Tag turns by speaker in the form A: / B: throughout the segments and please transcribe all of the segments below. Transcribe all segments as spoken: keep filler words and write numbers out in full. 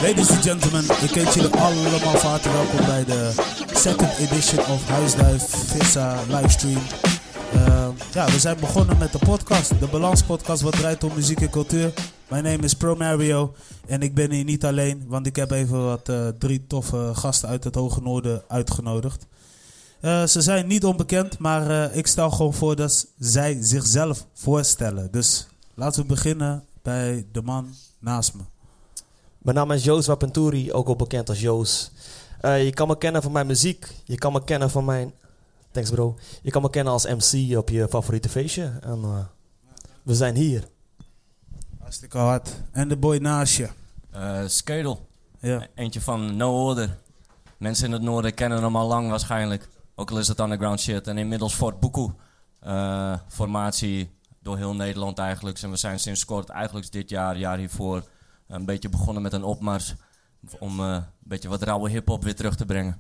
A: Ladies and gentlemen, ik heet jullie allemaal van harte welkom bij de second edition of Huisduif Vissa livestream. Uh, ja, we zijn begonnen met de podcast, de Balans podcast wat draait om muziek en cultuur. Mijn naam is Pro Mario en ik ben hier niet alleen, want ik heb even wat uh, drie toffe gasten uit het Hoge Noorden uitgenodigd. Uh, ze zijn niet onbekend, maar uh, ik stel gewoon voor dat zij zichzelf voorstellen. Dus laten we beginnen bij de man naast me.
B: Mijn naam is Joos Wapenturi, ook al bekend als Joos. Uh, je kan me kennen van mijn muziek. Je kan me kennen van mijn... Thanks bro. Je kan me kennen als M C op je favoriete feestje. En uh, we zijn hier.
A: Hartstikke hard. En de boy naast je.
C: Uh, Skedel.
A: Ja.
C: Eentje van No Order. Mensen in het noorden kennen hem al lang waarschijnlijk. Ook al is het underground shit. En inmiddels Fort Buku. Uh, formatie door heel Nederland eigenlijk. En we zijn sinds kort, eigenlijk dit jaar, jaar hiervoor... een beetje begonnen met een opmars om uh, een beetje wat rauwe hiphop weer terug te brengen.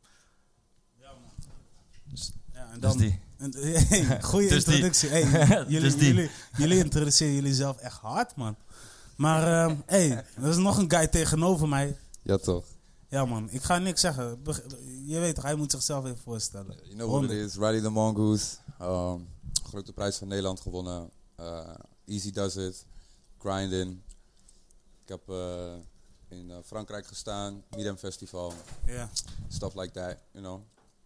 A: Ja, man.
C: Dus,
A: ja, en dan,
C: dus die.
A: En, hey, goeie
C: dus
A: introductie. Hey, jullie,
C: dus die.
A: jullie, jullie introduceren jullie zelf echt hard, man. Maar uh, hey, er is nog een guy tegenover mij.
D: Ja, toch.
A: Ja, man. Ik ga niks zeggen. Je weet toch, hij moet zichzelf even voorstellen.
D: You know what it is. Riley the Mongoose. Um, grote prijs van Nederland gewonnen. Uh, Easy Does It. Grinding. Ik heb uh, in uh, Frankrijk gestaan, Midem Festival,
A: yeah.
D: stuff like that, you know.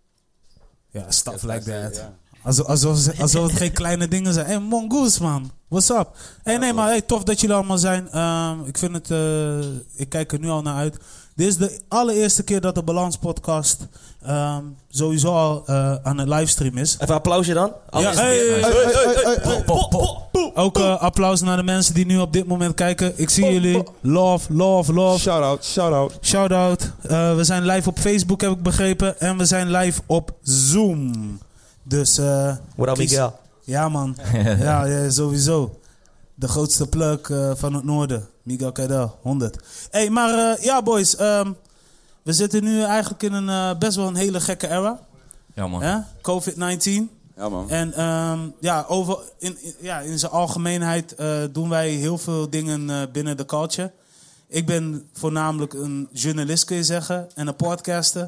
A: Ja, stuff
D: yes,
A: like that.
D: Yeah.
A: Alsof, alsof, alsof het geen kleine dingen zijn. Hé, hey, Mongoose, man. What's up? Hey, nee, maar hey, tof dat jullie allemaal zijn. Um, ik vind het, uh, ik kijk er nu al naar uit. Dit is de allereerste keer dat de Balans podcast um, sowieso al uh, aan het livestream is.
B: Even een applausje dan.
A: Ja, hey, hey, hey, hey, hey. Ook uh, applaus naar de mensen die nu op dit moment kijken. Ik zie jullie. Love, love, love.
E: Shout out, shout out.
A: Shout out. Uh, we zijn live op Facebook, heb ik begrepen. En we zijn live op Zoom. Dus, uh,
B: What up, Miguel?
A: Ja, man. ja, ja, sowieso. De grootste plug uh, van het noorden. Miguel Cadel, honderd. Hey, maar uh, ja, boys. Um, we zitten nu eigenlijk in een uh, best wel een hele gekke era.
C: Ja, man.
A: Eh? covid negentien.
D: Ja, man.
A: En um, ja, over, in, in, ja, in zijn algemeenheid uh, doen wij heel veel dingen uh, binnen de culture. Ik ben voornamelijk een journalist, kun je zeggen. En een podcaster.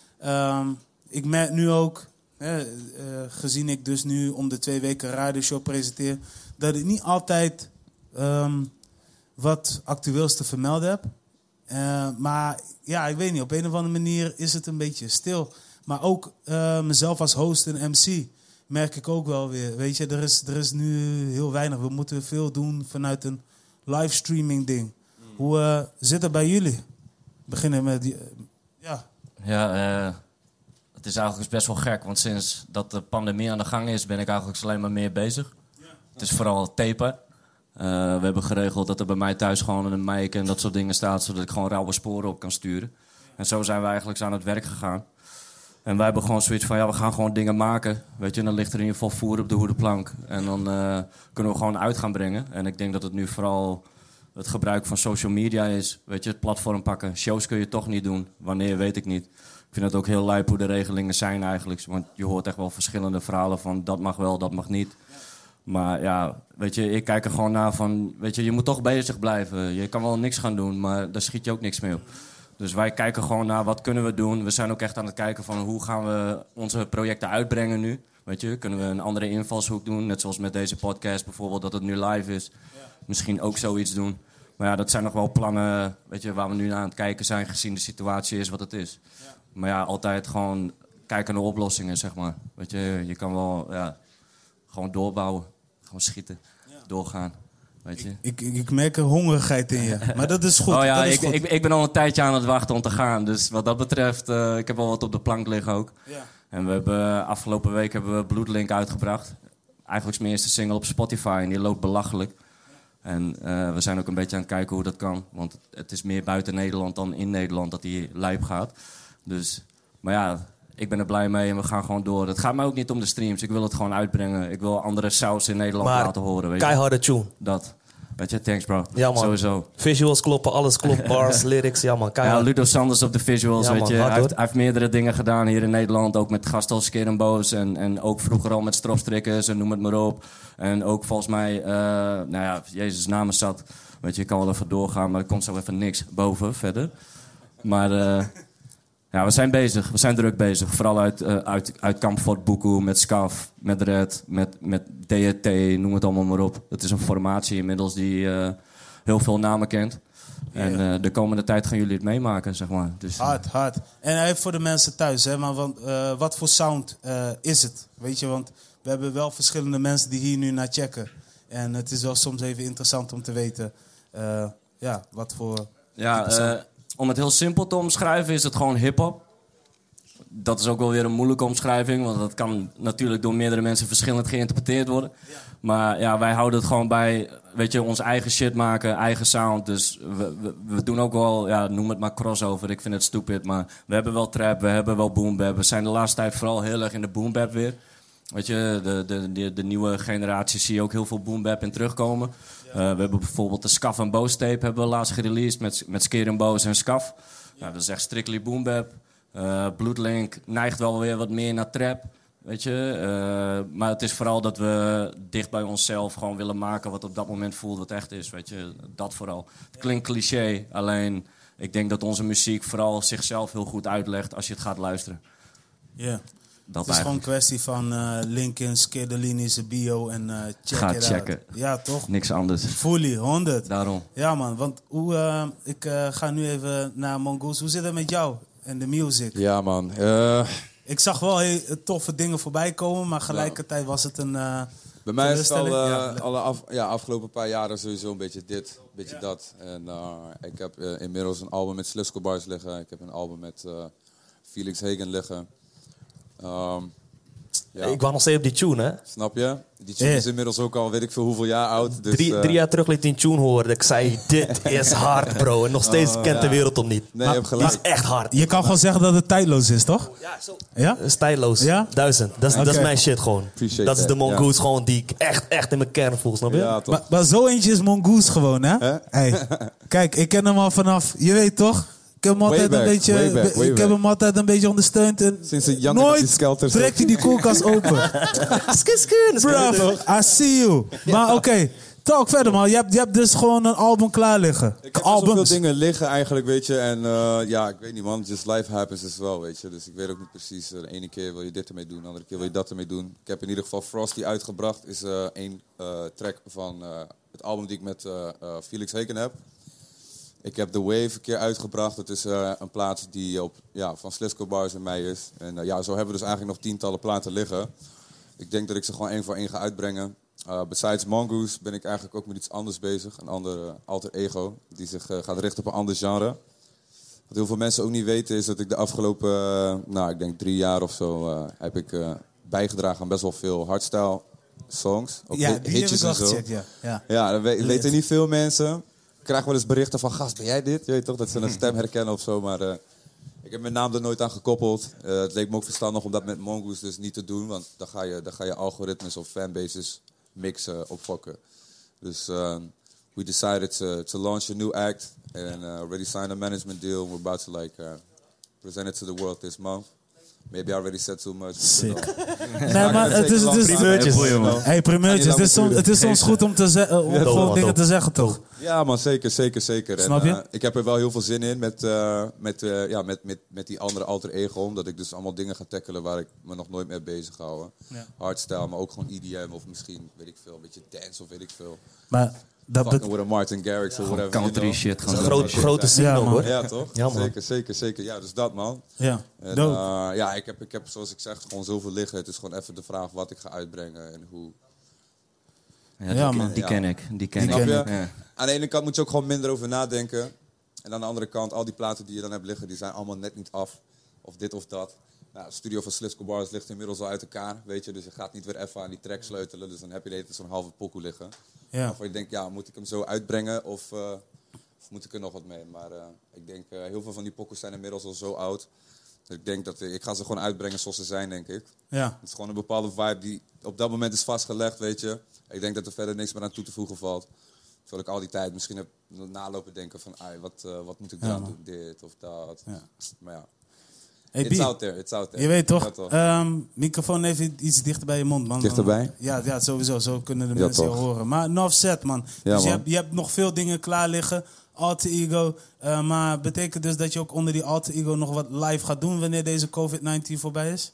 A: Um, ik merk nu ook... Eh, uh, gezien ik dus nu om de twee weken een radioshow presenteer, dat ik niet altijd um, wat actueels te vermelden heb. Uh, maar ja, ik weet niet, op een of andere manier is het een beetje stil. Maar ook uh, mezelf als host en M C merk ik ook wel weer. Weet je, er is, er is nu heel weinig. We moeten veel doen vanuit een livestreaming ding. Mm. Hoe uh, zit het bij jullie? Beginnen met die, uh, ja.
C: Ja, uh, het is eigenlijk best wel gek, want sinds dat de pandemie aan de gang is, ben ik eigenlijk alleen maar meer bezig. Ja. Het is vooral tapen. Uh, we hebben geregeld dat er bij mij thuis gewoon een mic en dat soort dingen staat, zodat ik gewoon rauwe sporen op kan sturen. En zo zijn we eigenlijk aan het werk gegaan. En wij hebben gewoon zoiets van, ja, we gaan gewoon dingen maken. Weet je, en dan ligt er in ieder geval voer op de hoedenplank. En dan uh, kunnen we gewoon uit gaan brengen. En ik denk dat het nu vooral het gebruik van social media is. Weet je, het platform pakken. Shows kun je toch niet doen. Wanneer, weet ik niet. Ik vind het ook heel lijp hoe de regelingen zijn eigenlijk. Want je hoort echt wel verschillende verhalen van dat mag wel, dat mag niet. Maar ja, weet je, ik kijk er gewoon naar van, weet je, je moet toch bezig blijven. Je kan wel niks gaan doen, maar daar schiet je ook niks mee op. Dus wij kijken gewoon naar wat kunnen we doen. We zijn ook echt aan het kijken van hoe gaan we onze projecten uitbrengen nu. Weet je, kunnen we een andere invalshoek doen. Net zoals met deze podcast bijvoorbeeld, dat het nu live is. Misschien ook zoiets doen. Maar ja, dat zijn nog wel plannen, weet je, waar we nu naar aan het kijken zijn, gezien de situatie is wat het is. Maar ja, altijd gewoon kijken naar oplossingen, zeg maar. Weet je, je kan wel ja, gewoon doorbouwen. Gewoon schieten, ja. doorgaan. Weet je.
A: Ik, ik, ik merk een hongerigheid in je. Maar dat is goed.
C: Oh ja,
A: dat is
C: ik,
A: goed.
C: ik, ik ben al een tijdje aan het wachten om te gaan. Dus wat dat betreft, uh, ik heb wel wat op de plank liggen ook.
A: Ja.
C: En we hebben afgelopen week hebben we Bloedlink uitgebracht. Eigenlijk is mijn eerste single op Spotify en die loopt belachelijk. En uh, we zijn ook een beetje aan het kijken hoe dat kan. Want het is meer buiten Nederland dan in Nederland dat die live gaat. Dus, maar ja, ik ben er blij mee en we gaan gewoon door. Het gaat mij ook niet om de streams. Ik wil het gewoon uitbrengen. Ik wil andere saus in Nederland
B: maar
C: laten horen. Weet
B: keiharde tune.
C: Dat. Weet je, thanks bro.
B: Ja, man.
C: Sowieso.
B: Visuals kloppen, alles klopt, bars, lyrics, ja man.
C: Ja,
B: Keihard.
C: Ludo Sanders op de visuals,
B: Ja,
C: weet
B: man,
C: je.
B: hard,
C: Hij heeft,
B: hoor.
C: hij heeft meerdere dingen gedaan hier in Nederland. Ook met gasten als Skeer en Boos. En, en ook vroeger al met stropstrikkers en noem het maar op. En ook volgens mij, uh, nou ja, Jezus namen zat. Weet je, ik kan wel even doorgaan, maar er komt zo even niks boven verder. Maar uh, ja, we zijn bezig. We zijn druk bezig. Vooral uit, uh, uit, uit Kamp Fort Buku, met Scaf, met Red, met, met D H T, noem het allemaal maar op. Het is een formatie inmiddels die uh, heel veel namen kent. En uh, de komende tijd gaan jullie het meemaken, zeg maar. Dus, uh,
A: Hard, hard. En even voor de mensen thuis, hè, maar want, uh, wat voor sound uh, is het? Weet je, want we hebben wel verschillende mensen die hier nu naar checken. En het is wel soms even interessant om te weten, uh, ja, wat voor...
C: ja, uh, om het heel simpel te omschrijven is het gewoon hip-hop. Dat is ook wel weer een moeilijke omschrijving, want dat kan natuurlijk door meerdere mensen verschillend geïnterpreteerd worden. Ja. Maar ja, wij houden het gewoon bij, weet je, ons eigen shit maken, eigen sound. Dus we, we, we doen ook wel, ja, noem het maar crossover. Ik vind het stupid, maar we hebben wel trap, we hebben wel boom bap. We zijn de laatste tijd vooral heel erg in de boom bap weer. Weet je, de, de, de, de nieuwe generatie zie je ook heel veel boom bap in terugkomen. Ja. Uh, we hebben bijvoorbeeld de Scaf en Boos tape hebben we laatst gereleased met, met Skeer en Boos en Scaf. Ja. Nou, dat is echt strictly boom bap. Uh, Bloodlink neigt wel weer wat meer naar trap, weet je. Uh, maar het is vooral dat we dicht bij onszelf gewoon willen maken wat op dat moment voelt wat echt is, weet je. Dat vooral. Het klinkt cliché, alleen ik denk dat onze muziek vooral zichzelf heel goed uitlegt als je het gaat luisteren.
A: Ja. Yeah.
C: Dat
A: het is gewoon een kwestie van uh, linken, Skeerdelini zijn bio en uh, check
C: Ga
A: it
C: checken.
A: out. Ja, toch?
C: Niks anders.
A: Fully, honderd.
C: Daarom.
A: Ja, man. Want hoe, uh, ik uh, ga nu even naar Mongoose. Hoe zit het met jou en de music?
D: Ja, man. Uh...
A: Ik zag wel heel toffe dingen voorbij komen, maar gelijkertijd was het een uh,
D: Bij mij is het al, uh,
A: ja.
D: alle af, ja, afgelopen paar jaren sowieso een beetje dit, een beetje ja. dat. En uh, ik heb uh, inmiddels een album met Slisco Bars liggen. Ik heb een album met uh, Felix Hagen liggen. Um, ja.
B: Ik was nog steeds op die tune, hè?
D: Snap je? Die tune is inmiddels ook al weet ik veel hoeveel jaar oud. Dus,
B: drie,
D: uh...
B: drie jaar terug liet die tune horen. Ik zei, dit is hard, bro. En nog steeds uh, kent ja. de wereld hem niet.
D: Nee, je hebt gelijk.
B: Het is echt hard.
A: Je kan gewoon zeggen dat het tijdloos is, toch?
B: Ja, zo.
A: Ja?
B: Het is tijdloos.
A: Ja?
B: Duizend. Dat is, okay. dat is mijn shit gewoon.
D: Appreciate
B: dat is de Mongoose
D: ja.
B: gewoon die ik echt, echt in mijn kern voel, snap je?
D: Ja,
A: maar, maar zo eentje is Mongoose gewoon, hè? Huh? Hey. Kijk, ik ken hem al vanaf, je weet toch? Ik heb hem altijd,
D: back,
A: een, beetje,
D: way back, way
A: ik heb hem altijd een beetje ondersteund. En
D: sinds het
A: nooit trekt hij die koelkast open. Bro, I see you. Maar oké, okay, talk verder man. Je hebt, je hebt dus gewoon een album klaar liggen.
D: Ik heb
A: zoveel
D: dingen liggen eigenlijk, weet je. En uh, ja, ik weet niet man, just life happens as well, weet je. Dus ik weet ook niet precies. De ene keer wil je dit ermee doen, de andere keer wil je dat ermee doen. Ik heb in ieder geval Frosty uitgebracht. Is uh, één uh, track van uh, het album die ik met uh, uh, Felix Hagen heb. Ik heb The Wave een keer uitgebracht. Het is uh, een plaat die op, ja, van Slisco Bars en mij is. En uh, ja, zo hebben we dus eigenlijk nog tientallen platen liggen. Ik denk dat ik ze gewoon één voor één ga uitbrengen. Uh, besides Mongoose ben ik eigenlijk ook met iets anders bezig. Een ander uh, alter ego die zich uh, gaat richten op een ander genre. Wat heel veel mensen ook niet weten is dat ik de afgelopen, uh, nou ik denk drie jaar of zo, uh, heb ik uh, bijgedragen aan best wel veel hardstyle songs. Ook
A: ja, die
D: hitjes
A: heb ik wel
D: en zo.
A: gecheckt, ja. Ja,
D: ja dat we, weten niet veel mensen. Ik krijg wel eens berichten van, gast, ben jij dit? Je weet toch, dat ze een stem herkennen of zo, maar uh, ik heb mijn naam er nooit aan gekoppeld. Uh, het leek me ook verstandig om dat met Mongoose dus niet te doen, want dan ga je, dan ga je algoritmes of fanbases mixen, opfokken. Dus uh, we decided to, to launch a new act and uh, already signed a management deal. We're about to like uh, present it to the world this month. Maybe I already said too much.
A: Sick. Nee, maar het is... Het is
B: primeurtjes.
A: Hey, primeurtjes. Het is soms, het is soms goed om, te ze- om ja, gewoon toch, dingen toch. te zeggen, toch?
D: Ja, man, zeker, zeker, zeker.
A: Snap je?
D: En, uh, ik heb er wel heel veel zin in met, uh, met, uh, ja, met, met, met die andere alter ego. Omdat ik dus allemaal dingen ga tackelen waar ik me nog nooit mee bezig hou. Ja. Hardstyle, maar ook gewoon E D M of misschien, weet ik veel, een beetje dance of weet ik veel.
A: Maar... Dat
D: Fucking with a Martin Garrix of whatever.
C: Country
D: you know.
C: shit.
B: Gewoon groot, grote single,
A: ja,
B: hoor.
D: Ja, toch?
B: Ja,
D: zeker, zeker, zeker. Ja, dus dat, man.
A: Ja,
D: en, uh, ja ik, heb, ik heb, zoals ik zeg, gewoon zoveel liggen. Het is gewoon even de vraag wat ik ga uitbrengen en hoe.
C: Ja, die, ja, man. die ken ik. Die ken
D: die
C: ik.
D: Ken
C: ja.
D: Aan de ene kant moet je ook gewoon minder over nadenken. En aan de andere kant, al die platen die je dan hebt liggen, die zijn allemaal net niet af. Of dit of dat. Nou, de studio van Slisco Bars ligt inmiddels al uit elkaar, weet je. Dus je gaat niet weer even aan die track sleutelen. Dus dan heb je de hele tijd zo'n halve pokoe liggen. Ja. Waarvan je denkt, ja, moet ik hem zo uitbrengen of, uh, of moet ik er nog wat mee? Maar uh, ik denk, uh, heel veel van die pokoes zijn inmiddels al zo oud. Dus ik denk dat ik, ik ga ze gewoon uitbrengen zoals ze zijn, denk ik.
A: Ja.
D: Het is gewoon een bepaalde vibe die op dat moment is vastgelegd, weet je. Ik denk dat er verder niks meer aan toe te voegen valt. Terwijl ik al die tijd misschien heb nalopen denken van, ai, wat, uh, wat moet ik
A: Ja,
D: dan
A: man.
D: doen, dit of dat.
A: Ja.
D: Maar ja,
A: Hey,
D: it's
A: B,
D: out there, it's out there.
A: je weet toch,
D: Ja, toch.
A: ehm, microfoon even iets dichter bij je mond, man.
D: Dichterbij?
A: Ja, ja, sowieso. Zo kunnen de
D: Ja,
A: mensen je
D: toch.
A: horen. Maar enough said, man.
D: Ja,
A: dus
D: man.
A: Je, hebt, je hebt nog veel dingen klaar liggen. Alter Ego. Uh, maar betekent dus dat je ook onder die Alter Ego nog wat live gaat doen wanneer deze covid negentien voorbij is?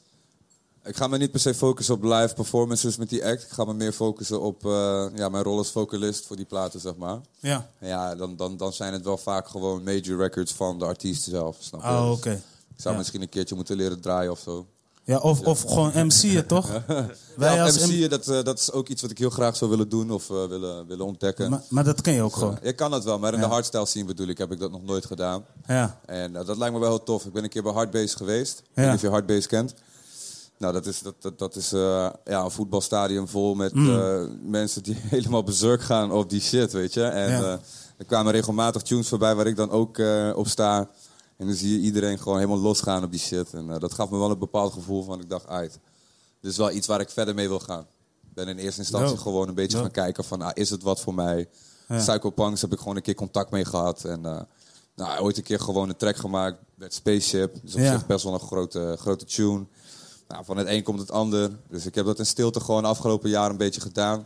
D: Ik ga me niet per se focussen op live performances met die act. Ik ga me meer focussen op uh, ja, mijn rol als vocalist voor die platen, zeg maar.
A: Ja.
D: Ja, dan, dan, dan zijn het wel vaak gewoon major records van de artiest zelf, snap je?
A: Oh,
D: Dus
A: oké. Okay.
D: ik zou
A: Ja.
D: misschien een keertje moeten leren draaien of zo.
A: Ja, of, of gewoon M C'en, toch? Wij
D: Ja,
A: als
D: M C'en, dat, uh, dat is ook iets wat ik heel graag zou willen doen of uh, willen, willen ontdekken.
A: Maar, maar dat ken je ook gewoon.
D: Uh, ik kan dat wel, maar in
A: Ja.
D: de hardstyle scene bedoel ik, heb ik dat nog nooit gedaan.
A: Ja.
D: En uh, dat lijkt me wel heel tof. Ik ben een keer bij Hardbase geweest. Ik
A: Ja.
D: weet niet of je Hardbase kent. Nou, dat is, dat, dat, dat is uh, ja, een voetbalstadion vol met
A: Mm.
D: uh, mensen die helemaal bezurk gaan op die shit, weet je. En
A: Ja.
D: uh, er kwamen regelmatig tunes voorbij waar ik dan ook uh, op sta. En dan zie je iedereen gewoon helemaal losgaan op die shit. En uh, dat gaf me wel een bepaald gevoel van, ik dacht, uit. Dit is wel iets waar ik verder mee wil gaan. Ik ben in eerste instantie
A: Dope.
D: gewoon een beetje
A: Dope.
D: gaan kijken van, ah, is het wat voor mij?
A: Ja.
D: Psychopunks heb ik gewoon een keer contact mee gehad. En uh, nou, ooit een keer gewoon een track gemaakt met Spaceship. Dus op
A: Ja.
D: zich best wel een grote, grote tune. Nou, van het een komt het ander. Dus ik heb dat in stilte gewoon afgelopen jaar een beetje gedaan.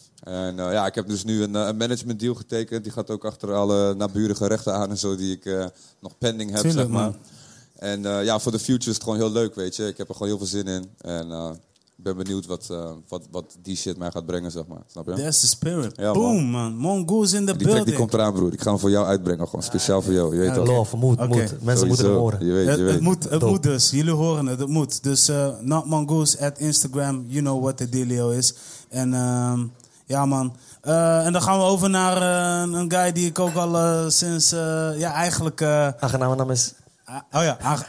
D: En uh, ja, ik heb dus nu een, uh, een management deal getekend. Die gaat ook achter alle naburige rechten aan en zo die ik uh, nog pending heb,
A: Tuurlijk,
D: zeg maar.
A: man.
D: En uh, ja, voor de future is het gewoon heel leuk, weet je. Ik heb er gewoon heel veel zin in. En uh, ik ben benieuwd wat, uh, wat, wat die shit mij gaat brengen, zeg maar. Snap je?
A: That's the spirit.
D: Ja,
A: Boom, man. Mongoose in the
D: Die track die
A: building.
D: komt eraan, broer. Ik ga hem voor jou uitbrengen, gewoon speciaal voor jou. Je weet
A: Ja,
D: toch?
B: Love, moet,
A: Oké.
B: moet. Mensen
D: Sowieso.
B: moeten hem horen.
D: Je weet,
A: Het,
D: je
A: het,
D: weet.
A: moet, het
B: Dope.
A: moet dus. Jullie horen het. Het moet. Dus uh, Not Mongoose at Instagram. You know what the dealio is. En uh, ja, man. Uh, en dan gaan we over naar uh, een guy die ik ook al uh, sinds... Uh, ja, eigenlijk... Uh,
B: Aangename naam is...
A: ah, oh ja. aange-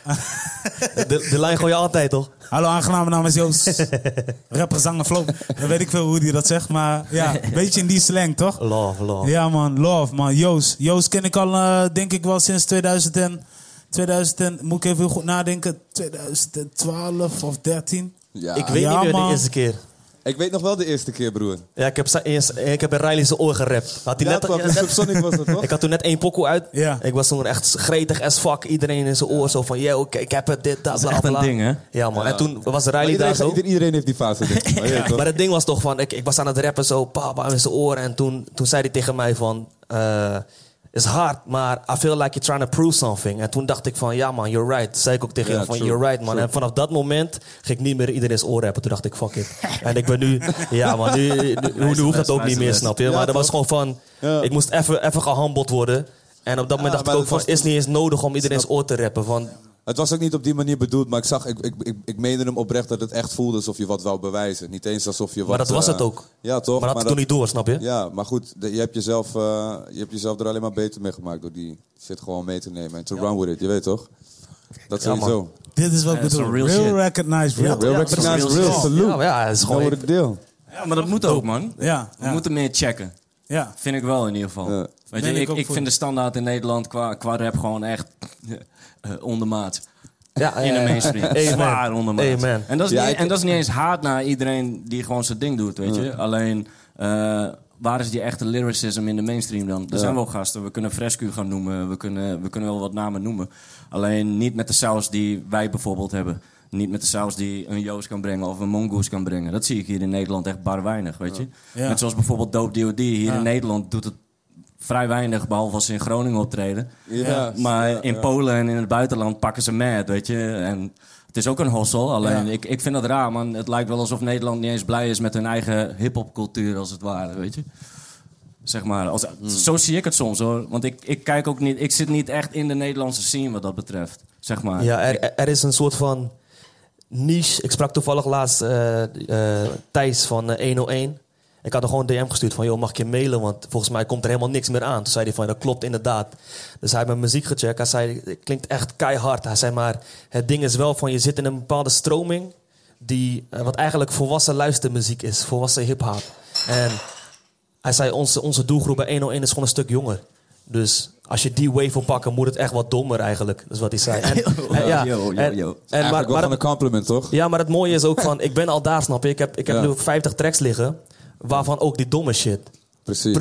B: De, de lijn gooi je altijd, toch?
A: Hallo, aangename naam is Joost. Rapper, zanger, flow. Dan weet ik veel hoe die dat zegt. Maar ja, een beetje in die slang, toch?
B: Love, love.
A: Ja, man. Love, man. Joost. Joost ken ik al, uh, denk ik wel, sinds tweeduizend en, tweeduizend en... Moet ik even heel goed nadenken. tweeduizend twaalf of dertien.
D: Ja.
B: Ik weet
A: Ja,
B: niet meer
A: man.
B: de eerste keer.
D: Ik weet nog wel de eerste keer, broer.
B: Ja, ik heb, sa- eerst, ik heb in Riley zijn oor gerapt. Had hij
D: Ja,
B: net,
D: toch?
B: ja,
D: In
B: net-
D: Subsonic was dat, toch?
B: ik had toen net één pokoe uit.
A: Ja.
B: Ik was toen echt gretig as fuck. Iedereen in zijn oor zo van... Yo, ik, ik heb het, dit, dat,
C: Dat is
B: bla,
C: echt een
B: bla.
C: ding, hè?
B: Ja, man. En toen was
D: Maar
B: Riley
D: iedereen,
B: daar zo.
D: ieder- iedereen heeft die fase, denk ik. Maar je weet toch?
B: Maar het ding was toch van... Ik, ik was aan het rappen zo... Pa, pa, in zijn oor. En toen, toen zei hij tegen mij van... Uh, is hard, maar I feel like you're trying to prove something. En toen dacht ik van... Ja, man, you're right. Toen zei ik ook tegen
D: Ja,
B: hem van...
D: true,
B: You're right, man.
D: true.
B: En vanaf dat moment ging ik niet meer iedereen's oor rappen. Toen dacht ik, fuck it. En ik ben nu... Ja, man. Nu, nu, nu, nu hoeft dat ook niet meer, snap je?
D: Ja,
B: Maar dat was
D: toch?
B: gewoon van...
D: Ja.
B: Ik moest even even gehandeld worden. En op dat moment
D: Ja,
B: dacht
D: maar
B: ik ook
D: dat
B: van...
D: was
B: Is niet eens nodig om iedereen's
D: Snap.
B: oor te rappen. Van,
D: Het was ook niet op die manier bedoeld, maar ik zag, ik, ik, ik, ik meende hem oprecht dat het echt voelde alsof je wat wou bewijzen. Niet eens alsof je wat...
B: maar dat was
D: eh,
B: het ook.
D: Ja, toch?
B: Maar dat had toen niet door, snap je?
D: Ja, maar goed, de- je hebt, jezelf, uh, je hebt jezelf er alleen maar beter mee gemaakt door die shit gewoon mee te nemen. En to run with it, je weet toch? Dat
B: Ja, man.
D: sowieso.
A: Dit is wat
C: Ja,
A: ik
C: dat is
A: bedoel.
C: een real
A: Real
C: shit.
A: recognized real.
D: Real
B: ja,
D: recognized
B: precies.
D: real,
B: Ja,
D: salute.
B: ja, maar ja, het is
D: Know
B: gewoon...
D: what the deal.
C: Ja, maar dat moet ook, man.
A: Ja,
C: We
A: ja.
C: moeten meer checken.
A: Ja.
C: Vind ik wel in ieder geval.
D: Ja.
C: Weet
A: Ben
C: je,
A: ik
C: ik,
A: ook
C: ik
A: voor.
C: vind de standaard in Nederland qua, qua rap gewoon echt uh, ondermaat.
B: Ja,
C: In de
B: eh,
C: mainstream.
B: amen.
C: Zwaar ondermaat.
B: Amen.
C: En dat, is
D: Ja,
C: niet,
D: ik-
C: en dat is niet eens haat naar iedereen die gewoon zijn ding doet, weet je. Alleen, uh, waar is die echte lyricism in de mainstream dan? Er
D: Ja.
C: zijn wel gasten, we kunnen Frescu gaan noemen, we kunnen, we kunnen wel wat namen noemen. Alleen niet met de saus die wij bijvoorbeeld hebben. Niet met de saus die een Joost kan brengen of een Mongoose kan brengen. Dat zie ik hier in Nederland echt bar weinig, weet je.
A: Ja.
C: Net zoals bijvoorbeeld Dope D O D. Hier
A: Ja.
C: in Nederland doet het vrij weinig, behalve als ze in Groningen optreden.
D: Ja.
C: Maar
D: Ja,
C: in
D: ja.
C: Polen en in het buitenland pakken ze mad, weet je. En het is ook een hossel, alleen
A: Ja.
C: ik, ik vind dat raar, man. Het lijkt wel alsof Nederland niet eens blij is met hun eigen hip-hopcultuur, als het ware, weet je. Zeg maar, als, zo zie ik het soms, hoor. Want ik, ik kijk ook niet, ik zit niet echt in de Nederlandse scene wat dat betreft, zeg maar.
B: Ja, er, er is een soort van niche. Ik sprak toevallig laatst eh, eh, Thijs van eh, honderdéén. Ik had er gewoon een D M gestuurd van... joh, mag ik je mailen? Want volgens mij komt er helemaal niks meer aan. Toen zei hij van, dat klopt inderdaad. Dus hij heeft mijn muziek gecheckt. Hij zei, het klinkt echt keihard. Hij zei, maar het ding is wel van... je zit in een bepaalde stroming... die eh, wat eigenlijk volwassen luistermuziek is. Volwassen hiphop. En hij zei, onze, onze doelgroep bij honderdéén is gewoon een stuk jonger. Dus als je die wave wil pakken, moet het echt wat dommer eigenlijk. Dat is wat hij zei. En, en, ja,
C: Yo, yo,
B: en-
C: yo.
B: en-
D: Eigenlijk
B: maar,
D: wel
B: maar,
D: gewoon een compliment, toch?
B: ja, maar het mooie is ook van... ik ben al daar, snap je? Ik heb, ik heb
D: Ja.
B: nu vijftig tracks liggen... waarvan ook die domme shit.
D: Precies.
B: Pres-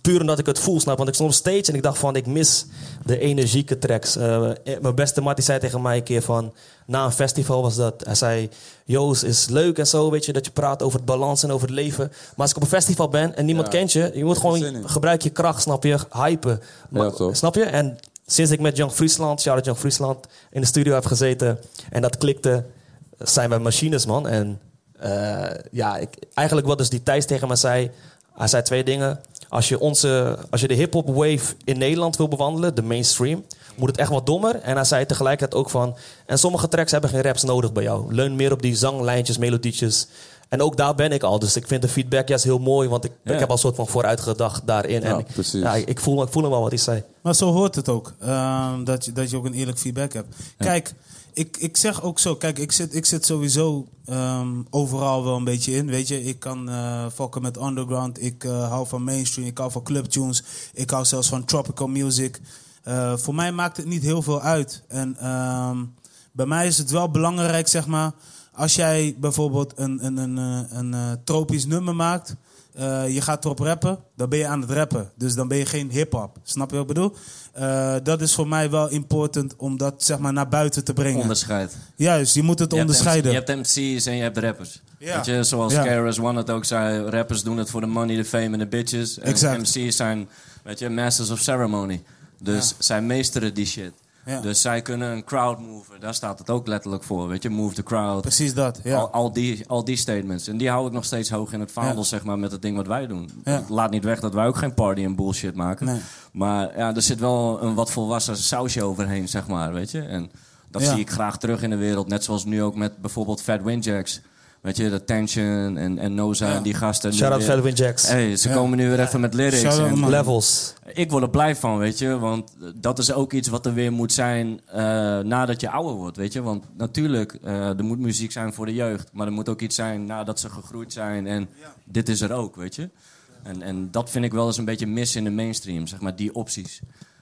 B: puur omdat ik het voel, snap. Want ik stond op stage en ik dacht van, ik mis de energieke tracks. Uh, mijn beste maat die zei tegen mij een keer van, na een festival was dat. Hij zei, Joost, is leuk en zo, weet je, dat je praat over het balans en over het leven. Maar als ik op een festival ben en niemand
D: ja.
B: kent je, je moet gewoon, gebruik je kracht, snap je, hypen. Maar,
D: ja,
B: snap je? En sinds ik met Young Friesland, shout-out Young Friesland, in de studio heb gezeten en dat klikte, zijn wij machines, man. En uh, ja, ik, eigenlijk wat dus die Thijs tegen me zei, hij zei twee dingen. Als je, onze, als je de hip-hop wave in Nederland wil bewandelen, de mainstream, moet het echt wat dommer. En hij zei tegelijkertijd ook van, en sommige tracks hebben geen raps nodig bij jou. Leun meer op die zanglijntjes, melodietjes. En ook daar ben ik al. Dus ik vind de feedback juist heel mooi, want ik, ja. ik heb al een soort van vooruitgedacht daarin.
D: Ja,
B: en ik,
D: precies.
B: Ja, ik, voel, ik voel hem wel wat hij zei.
A: Maar zo hoort het ook. Uh, dat, je, dat je ook een eerlijk feedback hebt. Ja. Kijk, ik, ik zeg ook zo. Kijk, ik zit, ik zit sowieso um, overal wel een beetje in. Weet je, ik kan uh, fokken met underground. Ik uh, hou van mainstream. Ik hou van clubtunes. Ik hou zelfs van tropical music. Uh, voor mij maakt het niet heel veel uit. En um, bij mij is het wel belangrijk, zeg maar, als jij bijvoorbeeld een, een, een, een, een uh, tropisch nummer maakt, uh, je gaat erop rappen, dan ben je aan het rappen. Dus dan ben je geen hip-hop. Snap je wat ik bedoel? Uh, dat is voor mij wel important om dat, zeg maar, naar buiten te brengen.
C: Onderscheid.
A: Juist, je moet het
C: je
A: onderscheiden.
C: Hebt M C, je hebt M C's en je hebt rappers.
A: Ja.
C: Weet je, zoals
A: ja.
C: K R S One het ook zei, rappers doen het voor de money, de fame en de bitches. En
A: exact.
C: M C's zijn, weet je, masters of ceremony. Dus ja. zij meesteren die shit. Ja. Dus zij kunnen een crowd moven. Daar staat het ook letterlijk voor. Weet je, move the crowd.
A: Precies dat, ja.
C: Al, al, die, al die statements. En die hou ik nog steeds hoog in het vaandel, ja. zeg maar, met het ding wat wij doen.
A: Ja.
C: Laat niet weg dat wij ook geen party en bullshit maken.
A: Nee.
C: Maar ja, er zit wel een wat volwassen sausje overheen, zeg maar, weet je. En dat ja. zie ik graag terug in de wereld. Net zoals nu ook met bijvoorbeeld Fat Windjacks. Weet je, de Tension en, en Noza en ja. die gasten.
B: Shout-out Fat Windjacks.
C: Hey, ze
B: ja.
C: komen nu weer even met lyrics.
B: En levels.
C: Ik word er blij van, weet je. Want dat is ook iets wat er weer moet zijn uh, nadat je ouder wordt, weet je. Want natuurlijk, uh, er moet muziek zijn voor de jeugd. Maar er moet ook iets zijn nadat ze gegroeid zijn. En ja. dit is er ook, weet je. En, en dat vind ik wel eens een beetje mis in de mainstream, zeg maar, die opties.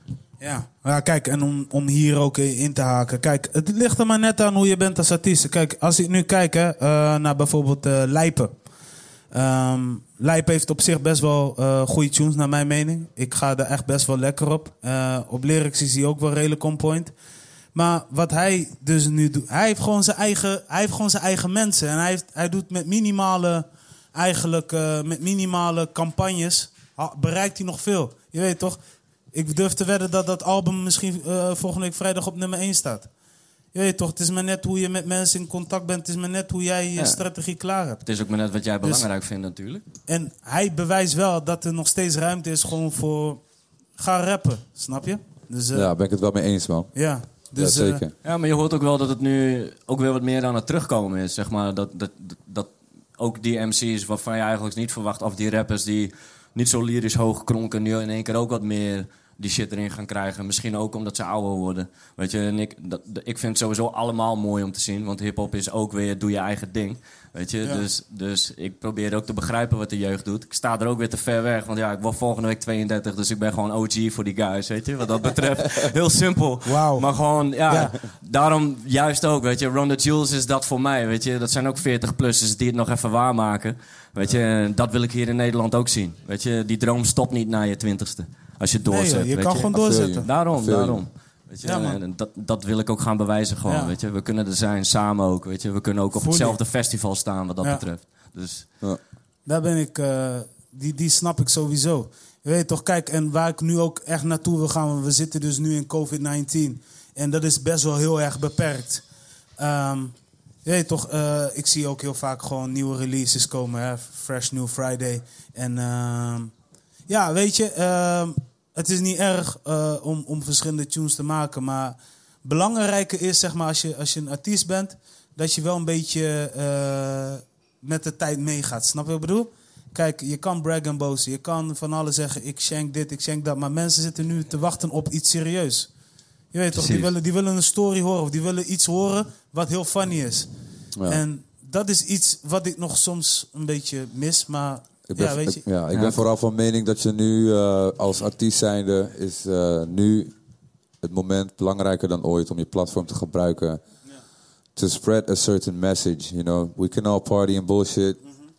A: Ja, ja kijk, en om, om hier ook in te haken. Kijk, het ligt er maar net aan hoe je bent als artiest. Kijk, als ik nu kijk hè, uh, naar bijvoorbeeld uh, Lijpen. Um, Lijpen heeft op zich best wel uh, goede tunes, naar mijn mening. Ik ga er echt best wel lekker op. Uh, op lyrics is hij ook wel redelijk on point. Maar wat hij dus nu doet, hij heeft gewoon zijn eigen, hij heeft gewoon zijn eigen mensen. En hij, heeft, hij doet met minimale, eigenlijk, uh, met minimale campagnes, bereikt hij nog veel. Je weet toch? Ik durf te wedden dat dat album misschien uh, volgende week vrijdag op nummer één staat. Je weet toch, het is maar net hoe je met mensen in contact bent. Het is maar net hoe jij je ja. strategie klaar hebt.
C: Het is ook maar net wat jij belangrijk dus, vindt natuurlijk.
A: En hij bewijst wel dat er nog steeds ruimte is gewoon voor... Ga rappen, snap je? Dus, uh,
D: ja, ben ik het wel mee eens, man.
A: Ja, dus,
D: ja, zeker.
C: Uh, ja, maar je hoort ook wel dat het nu ook weer wat meer aan het terugkomen is. Zeg maar, dat, dat, dat ook die M C's waarvan je eigenlijk niet verwacht... of die rappers die niet zo lyrisch hoog kronken... nu in één keer ook wat meer... die shit erin gaan krijgen. Misschien ook omdat ze ouder worden. Weet je, en ik, dat, ik vind het sowieso allemaal mooi om te zien. Want hiphop is ook weer, doe je eigen ding. Weet je, ja. dus, dus ik probeer ook te begrijpen wat de jeugd doet. Ik sta er ook weer te ver weg. Want ja, ik word volgende week tweeëndertig. Dus ik ben gewoon O G voor die guys, weet je. Wat dat betreft, heel simpel.
A: Wow.
C: Maar gewoon, ja,
A: ja,
C: daarom juist ook, weet je. Ron the Jules is dat voor mij, weet je. Dat zijn ook veertig-plussers die het nog even waarmaken. Weet je, dat wil ik hier in Nederland ook zien. Weet je, die droom stopt niet na je twintigste. Als je doorzet.
A: Nee, je
C: weet
A: kan
C: je?
A: gewoon doorzetten.
C: Daarom, daarom. Weet je?
A: Ja,
C: en dat, dat wil ik ook gaan bewijzen gewoon. Ja. Weet je? We kunnen er zijn, samen ook. Weet je? We kunnen ook op
A: Voel
C: hetzelfde
A: je.
C: festival staan wat dat
A: ja.
C: betreft. Dus.
D: Ja.
A: Daar ben ik, uh, die, die snap ik sowieso. Je weet toch, kijk, en waar ik nu ook echt naartoe wil gaan... want we zitten dus nu in covid negentien. En dat is best wel heel erg beperkt. Um, je weet toch, uh, ik zie ook heel vaak gewoon nieuwe releases komen. Hè? Fresh New Friday. En uh, ja, weet je... Uh, het is niet erg uh, om, om verschillende tunes te maken. Maar belangrijker is, zeg maar, als je, als je een artiest bent... dat je wel een beetje uh, met de tijd meegaat. Snap je wat ik bedoel? Kijk, je kan braggen en bozen. Je kan van alles zeggen, ik shank dit, ik shank dat. Maar mensen zitten nu te wachten op iets serieus. Je weet toch, die willen, die willen een story horen. Of die willen iets horen wat heel funny is. Ja. En dat is iets wat ik nog soms een beetje mis, maar...
D: Ik ben,
A: ja, weet je.
D: ik, ja, ik ben vooral van mening dat je nu uh, als artiest zijnde is uh, nu het moment belangrijker dan ooit om je platform te gebruiken. Yeah. To spread a certain message, you know. We can all party and bullshit. Mm-hmm.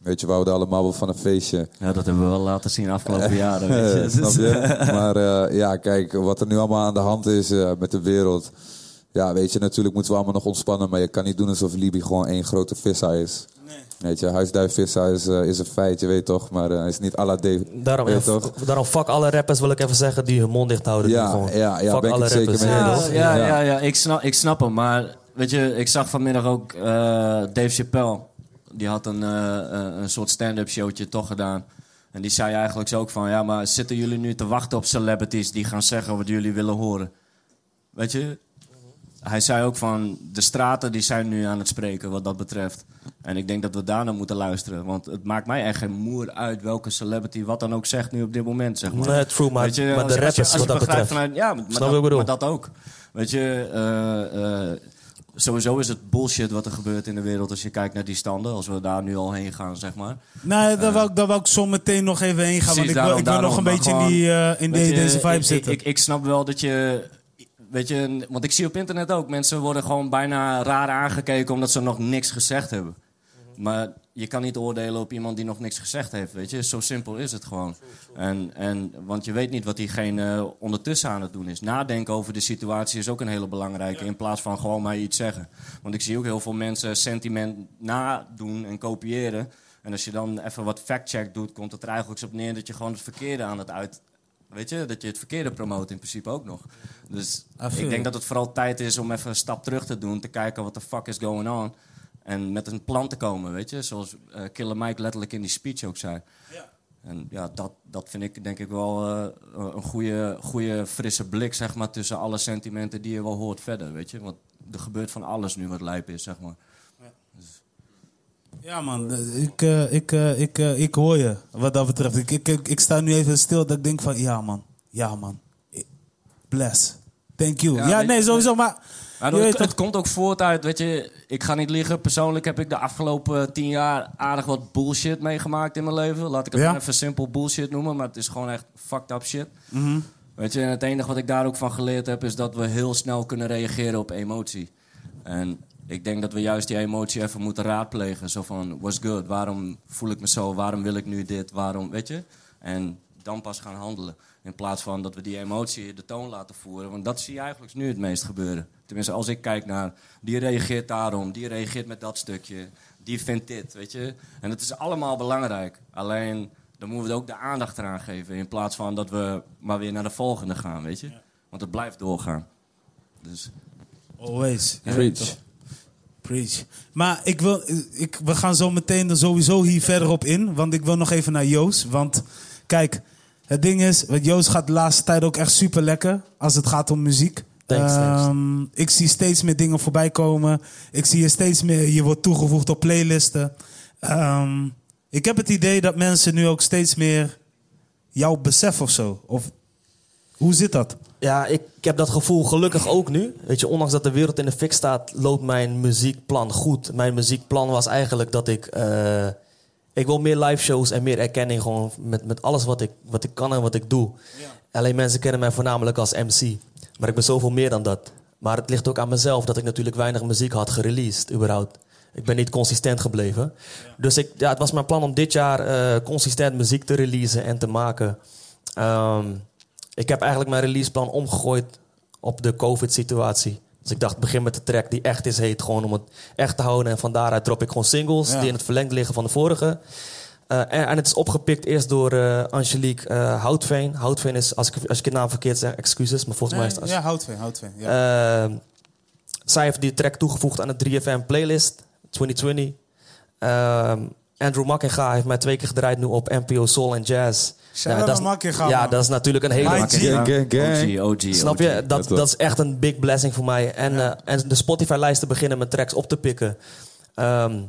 D: Weet je, we houden allemaal wel van een feestje.
C: Ja, dat hebben we wel laten zien de afgelopen jaren. Weet je.
D: Snap je? Maar uh, ja, kijk, wat er nu allemaal aan de hand is uh, met de wereld. Ja, weet je, natuurlijk moeten we allemaal nog ontspannen. Maar je kan niet doen alsof Libië gewoon één grote vissa is. Nee. Weet je, huisduifvissa is, uh, is een feit, je weet toch. Maar uh, is niet à la Dave.
B: Daarom,
D: weet
B: ja,
D: toch?
B: daarom fuck alle rappers, wil ik even zeggen, die hun mond dicht houden.
D: Ja,
B: gewoon.
D: ja, ja,
B: fuck
D: ben ik
B: alle
D: het zeker
B: rappers.
D: mee
C: Ja,
D: eens.
C: ja,
D: Ja.
C: ja, ja, ik, snap, ik snap hem. Maar weet je, ik zag vanmiddag ook uh, Dave Chappelle. Die had een, uh, een soort stand-up showtje toch gedaan. En die zei eigenlijk zo ook van... Ja, maar zitten jullie nu te wachten op celebrities die gaan zeggen wat jullie willen horen? Weet je? Hij zei ook van... De straten die zijn nu aan het spreken wat dat betreft. En ik denk dat we daar naar moeten luisteren. Want het maakt mij echt geen moer uit welke celebrity wat dan ook zegt nu op dit moment, zeg maar.
B: Nee, true, maar,
C: Weet je,
B: maar
C: als
B: de
C: je- als je-
B: rappers
C: als je
B: wat dat
C: begrijpt
B: betreft.
C: vanuit- ja, maar,
B: Snap
C: dat,
B: wat ik bedoel?
C: maar dat ook. Weet je, eh, eh, sowieso is het bullshit wat er gebeurt in de wereld als je kijkt naar die standen. Als we daar nu al heen gaan, zeg maar.
A: Nee, daar wou, ik- daar wou ik zo meteen nog even heen gaan. Want
C: Precies,
A: ik wil,
C: daarom-
A: ik wil nog een
C: daarom,
A: beetje in,
C: maar
A: die, uh, in
C: Weet
A: die,
C: je,
A: deze vibe
C: ik,
A: zitten.
C: Ik, ik, ik snap wel dat je... Weet je, want ik zie op internet ook... Mensen worden gewoon bijna raar aangekeken... omdat ze nog niks gezegd hebben. Maar je kan niet oordelen op iemand die nog niks gezegd heeft, weet je. Zo simpel is het gewoon. En, en, want je weet niet wat diegene ondertussen aan het doen is. Nadenken over de situatie is ook een hele belangrijke... in plaats van gewoon maar iets zeggen. Want ik zie ook heel veel mensen sentiment nadoen en kopiëren... En als je dan even wat fact-check doet... komt het er eigenlijk op neer dat je gewoon het verkeerde aan het uit... Weet je, dat je het verkeerde promoot in principe ook nog. Dus
A: I feel
C: ik denk
A: you.
C: dat het vooral tijd is om even een stap terug te doen... te kijken wat de fuck is going on... En met een plan te komen, weet je. Zoals uh, Killer Mike letterlijk in die speech ook zei.
A: Ja.
C: En ja, dat, dat vind ik denk ik wel uh, een goede, goede frisse blik, zeg maar... tussen alle sentimenten die je wel hoort verder, weet je. Want er gebeurt van alles nu wat lijp is, zeg maar.
A: Ja man, ik, uh, ik, uh, ik, uh, ik hoor je wat dat betreft. Ik, ik, ik, ik sta nu even stil dat ik denk van... Ja man, ja man. Bless. Thank you.
C: Ja,
A: Ja,
C: weet-
A: nee, sowieso, maar...
C: Maar
A: je
C: het,
A: weet
C: het
A: toch-
C: komt ook voort uit, weet je... Ik ga niet liegen, persoonlijk heb ik de afgelopen tien jaar... aardig wat bullshit meegemaakt in mijn leven. Laat ik het
A: Ja.
C: maar even simpel bullshit noemen... maar het is gewoon echt fucked up shit.
A: Mhm.
C: Weet je, en het enige wat ik daar ook van geleerd heb... is dat we heel snel kunnen reageren op emotie. En ik denk dat we juist die emotie even moeten raadplegen. Zo van, what's good? Waarom voel ik me zo? Waarom wil ik nu dit? Waarom, weet je? En dan pas gaan handelen. In plaats van dat we die emotie de toon laten voeren. Want dat zie je eigenlijk nu het meest gebeuren. Tenminste, als ik kijk naar... die reageert daarom, die reageert met dat stukje... die vindt dit, weet je? En het is allemaal belangrijk. Alleen, dan moeten we ook de aandacht eraan geven... in plaats van dat we maar weer naar de volgende gaan, weet je? Want het blijft doorgaan. Dus...
A: Always. Ja,
D: Preach.
A: toch. Preach. Maar ik wil, ik, we gaan zo meteen er sowieso hier verder op in. Want ik wil nog even naar Joost. Want kijk, het ding is... want Joost gaat de laatste tijd ook echt super lekker. Als het gaat om muziek.
B: Thanks, thanks.
A: Ehm, ik zie steeds meer dingen voorbij komen. Ik zie je steeds meer... Je wordt toegevoegd op playlisten. Ehm, ik heb het idee dat mensen nu ook steeds meer... jou beseffen of zo. Of hoe zit dat?
B: Ja, ik, ik heb dat gevoel gelukkig ook nu. Weet je, ondanks dat de wereld in de fik staat, loopt mijn muziekplan goed. Mijn muziekplan was eigenlijk dat ik... eh, ik wil meer live shows en meer erkenning gewoon met, met alles wat ik, wat ik kan en wat ik doe. Ja. Alleen mensen kennen mij voornamelijk als M C. Maar ik ben zoveel meer dan dat. Maar het ligt ook aan mezelf dat ik natuurlijk weinig muziek had gereleased, überhaupt. Ik ben niet consistent gebleven. Ja. Dus ik, ja, het was mijn plan om dit jaar uh, consistent muziek te releasen en te maken. Um, ik heb eigenlijk mijn releaseplan omgegooid op de COVID-situatie. Dus ik dacht, begin met de track die echt is heet. Gewoon om het echt te houden. En van daaruit drop ik gewoon singles ja. die in het verlengd liggen van de vorige. Uh, en, en het is opgepikt eerst door uh, Angelique uh, Houtveen. Houtveen is, als ik, als ik het naam verkeerd zeg, excuses. Maar volgens
A: nee,
B: mij is het...
A: Ja, Houtveen. Houtveen ja.
B: Uh, zij heeft die track toegevoegd aan de drie F M playlist twintig twintig. Uh, Andrew Makkinga heeft mij twee keer gedraaid nu op N P O Soul en Jazz.
A: Ja, dat, is,
B: ja, dat is natuurlijk een hele...
D: Gang, gang, gang.
C: O G, O G,
B: Snap je? Dat, dat is echt een big blessing voor mij. En, ja. uh, en de Spotify-lijsten beginnen met tracks op te pikken. Um,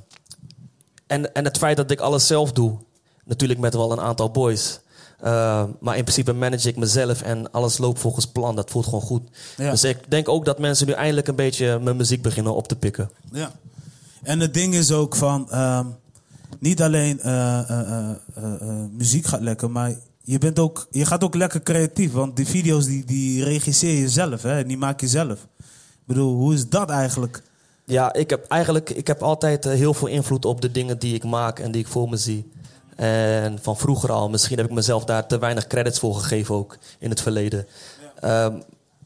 B: en, en het feit dat ik alles zelf doe. Natuurlijk met wel een aantal boys. Uh, maar in principe manage ik mezelf en alles loopt volgens plan. Dat voelt gewoon goed. Ja. Dus ik denk ook dat mensen nu eindelijk een beetje mijn muziek beginnen op te pikken.
A: Ja. En het ding is ook van... Um, niet alleen uh, uh, uh, uh, uh, muziek gaat lekker, maar je, bent ook, je gaat ook lekker creatief. Want die video's die, die regisseer je zelf, hè? Die maak je zelf. Ik bedoel, hoe is dat eigenlijk?
B: Ja, ik heb eigenlijk ik heb altijd uh, heel veel invloed op de dingen die ik maak en die ik voor me zie. En van vroeger al. Misschien heb ik mezelf daar te weinig credits voor gegeven ook in het verleden. Ja. Um,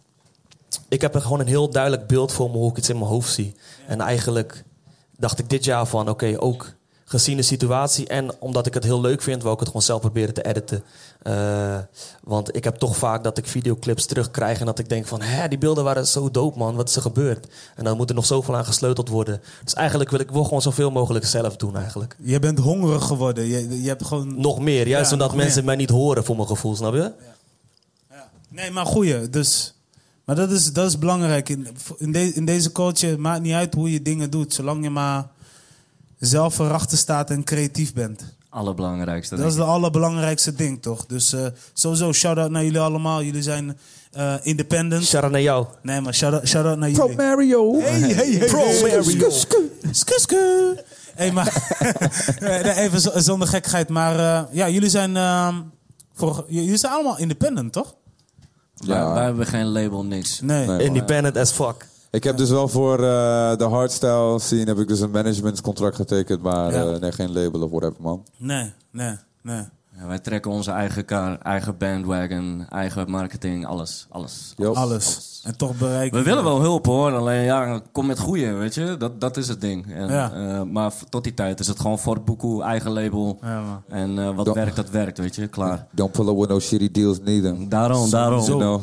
B: ik heb er gewoon een heel duidelijk beeld voor me hoe ik iets in mijn hoofd zie. Ja. En eigenlijk dacht ik dit jaar van, oké, okay, ook gezien de situatie en omdat ik het heel leuk vind, wou ik het gewoon zelf proberen te editen. Uh, want ik heb toch vaak dat ik videoclips terugkrijg en dat ik denk van, hè, die beelden waren zo dope, man, wat is er gebeurd? En dan moet er nog zoveel aan gesleuteld worden. Dus eigenlijk wil ik wil gewoon zoveel mogelijk zelf doen eigenlijk.
A: Je bent hongerig geworden. Je, je hebt gewoon...
B: Nog meer, juist ja, omdat mensen meer. mij niet horen voor mijn gevoel, snap je? Ja.
A: Ja. Nee, maar goeie, dus... Maar dat is, dat is belangrijk. In, in, de, in deze culture maakt niet uit hoe je dingen doet, zolang je maar zelf erachter staat en creatief bent.
C: Allerbelangrijkste.
A: Dat is het allerbelangrijkste ding, toch? Dus uh, sowieso, shout-out naar jullie allemaal. Jullie zijn uh, independent.
B: Shout-out naar jou.
A: Nee, maar shout-out, shout-out naar
E: Pro
A: jullie.
E: Mario.
A: Hey, hey, hey.
E: Pro
A: hey,
E: Mario.
A: Skusku. Hey, maar even z- zonder gekkigheid. Maar uh, ja, jullie zijn, uh, voor, jullie zijn allemaal independent, toch?
C: Ja. Wij, wij hebben geen label, niks.
A: Nee.
D: Nee.
B: Independent as fuck.
D: Ik heb dus wel voor uh, de hardstyle scene heb ik dus een managementcontract getekend, maar
A: Ja.
D: uh, nee, geen label of whatever, man.
A: Nee, nee, nee.
C: Ja, wij trekken onze eigen kar, eigen bandwagon, eigen marketing, alles. Alles.
D: Yo.
A: Alles. En toch bereiken.
C: We willen wel hulp hoor, alleen ja, kom met goeie, weet je. Dat, dat is het ding. En,
A: Ja.
C: uh, maar v- tot die tijd is het gewoon voor het boekoe, eigen label.
A: Ja, man.
C: En uh, wat
D: Don't-
C: werkt, dat werkt, weet je. Klaar.
D: Don't pull up with no shitty deals neither.
C: Daarom, daarom.
D: You know?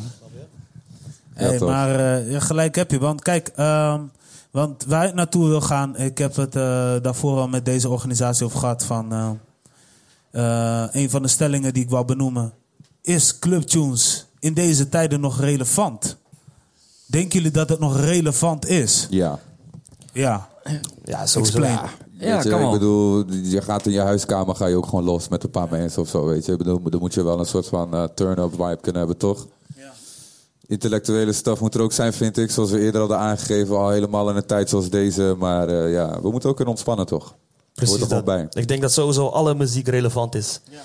D: Ja,
A: Hey,
D: toch.
A: maar uh, ja, gelijk heb je. Want kijk, um, want waar ik naartoe wil gaan... Ik heb het uh, daarvoor al met deze organisatie over gehad van... Uh, uh, een van de stellingen die ik wou benoemen... Is clubtunes in deze tijden nog relevant? Denken jullie dat het nog relevant is?
D: Ja.
A: Ja.
B: Ja, sowieso.
A: Explain.
C: Ja,
D: Weet je,
C: come
D: ik
C: on.
D: bedoel, je gaat in je huiskamer, ga je ook gewoon los met een paar mensen of zo, weet je. Ik bedoel, dan moet je wel een soort van uh, turn-up vibe kunnen hebben, toch?
A: Ja.
D: Intellectuele stuff moet er ook zijn, vind ik. Zoals we eerder hadden aangegeven, al helemaal in een tijd zoals deze. Maar uh, ja, we moeten ook kunnen ontspannen, toch?
B: Precies
D: Hoort er
B: dat.
D: wel bij.
B: Ik denk dat sowieso alle muziek relevant is.
A: Ja.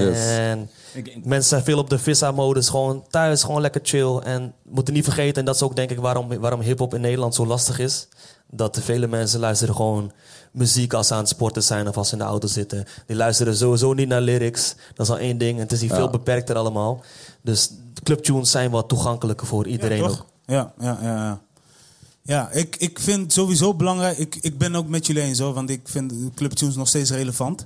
B: En
C: Ik- ik-
B: mensen zijn veel op de vissa-modus, gewoon thuis, gewoon lekker chill. En moeten niet vergeten, en dat is ook denk ik waarom, waarom hip-hop in Nederland zo lastig is. Dat de vele mensen luisteren gewoon muziek als ze aan het sporten zijn of als ze in de auto zitten. Die luisteren sowieso niet naar lyrics. Dat is al één ding. En het is hier
D: Ja.
B: veel beperkter allemaal. Dus de clubtunes zijn wat toegankelijker voor iedereen
A: Ja,
B: ook.
A: toch? Ja, ja, ja. ja. Ja, ik, ik vind sowieso belangrijk... Ik, ik ben ook met jullie eens, hoor. Want ik vind de clubtunes nog steeds relevant.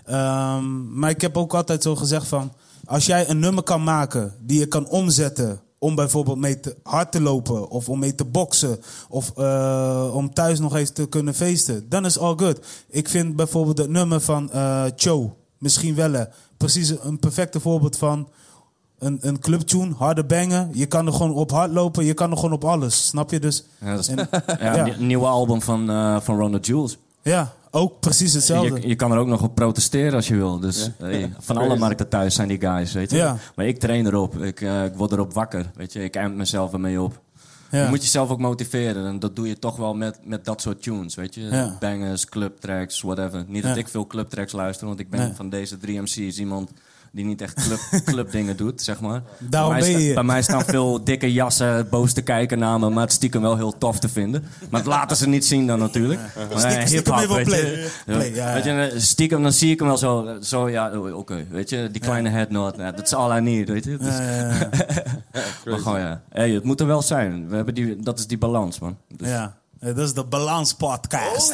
A: Um, maar ik heb ook altijd zo gezegd van... Als jij een nummer kan maken die je kan omzetten... om bijvoorbeeld mee te hard te lopen... of om mee te boksen... of uh, om thuis nog even te kunnen feesten... dan is all good. Ik vind bijvoorbeeld het nummer van uh, Cho... misschien wel uh, precies een perfecte voorbeeld van... Een, een clubtune, harde bangen. Je kan er gewoon op hard lopen. Je kan er gewoon op alles. Snap je? Dus,
C: Ja, dat is
A: en,
C: ja,
A: ja.
C: een nie- nieuwe album van, uh, van Ronda Jules.
A: ja, ook precies hetzelfde.
C: Je, je kan er ook nog op protesteren als je wil. Dus hey, van alle markten thuis zijn die guys, weet je.
A: Ja.
C: Maar ik train erop. Ik, uh, ik word erop wakker, weet je. Ik amp mezelf ermee op.
A: Ja.
C: Je moet jezelf ook motiveren. En dat doe je toch wel met, met dat soort tunes, weet je.
A: Ja.
C: Bangers, clubtracks, whatever. Niet dat
A: Ja.
C: ik veel clubtracks luister. Want ik ben
A: Nee.
C: van deze drie M C's iemand die niet echt club, clubdingen doet, zeg maar.
A: Daarom
C: bij, mij
A: ben je
C: sta-
A: hier.
C: bij mij staan veel dikke jassen boos te kijken naar me, maar het stiekem wel heel tof te vinden. Maar dat laten ze niet zien dan natuurlijk. Maar,
A: Stiekem-
C: eh,
A: stiekem
C: hip-hop,
A: even
C: weet
A: play.
C: je.
A: Play, ja, ja.
C: Weet je, eh, stiekem dan zie ik hem wel zo, zo ja, oké, okay, weet je, die kleine headnot, dat is all I need, weet je. Dus,
A: Ja, ja, ja.
C: maar gewoon ja, hey, het moet er wel zijn. We hebben die, dat is die balans, man. Dus,
A: Ja. Ja, dat is de Balans Podcast.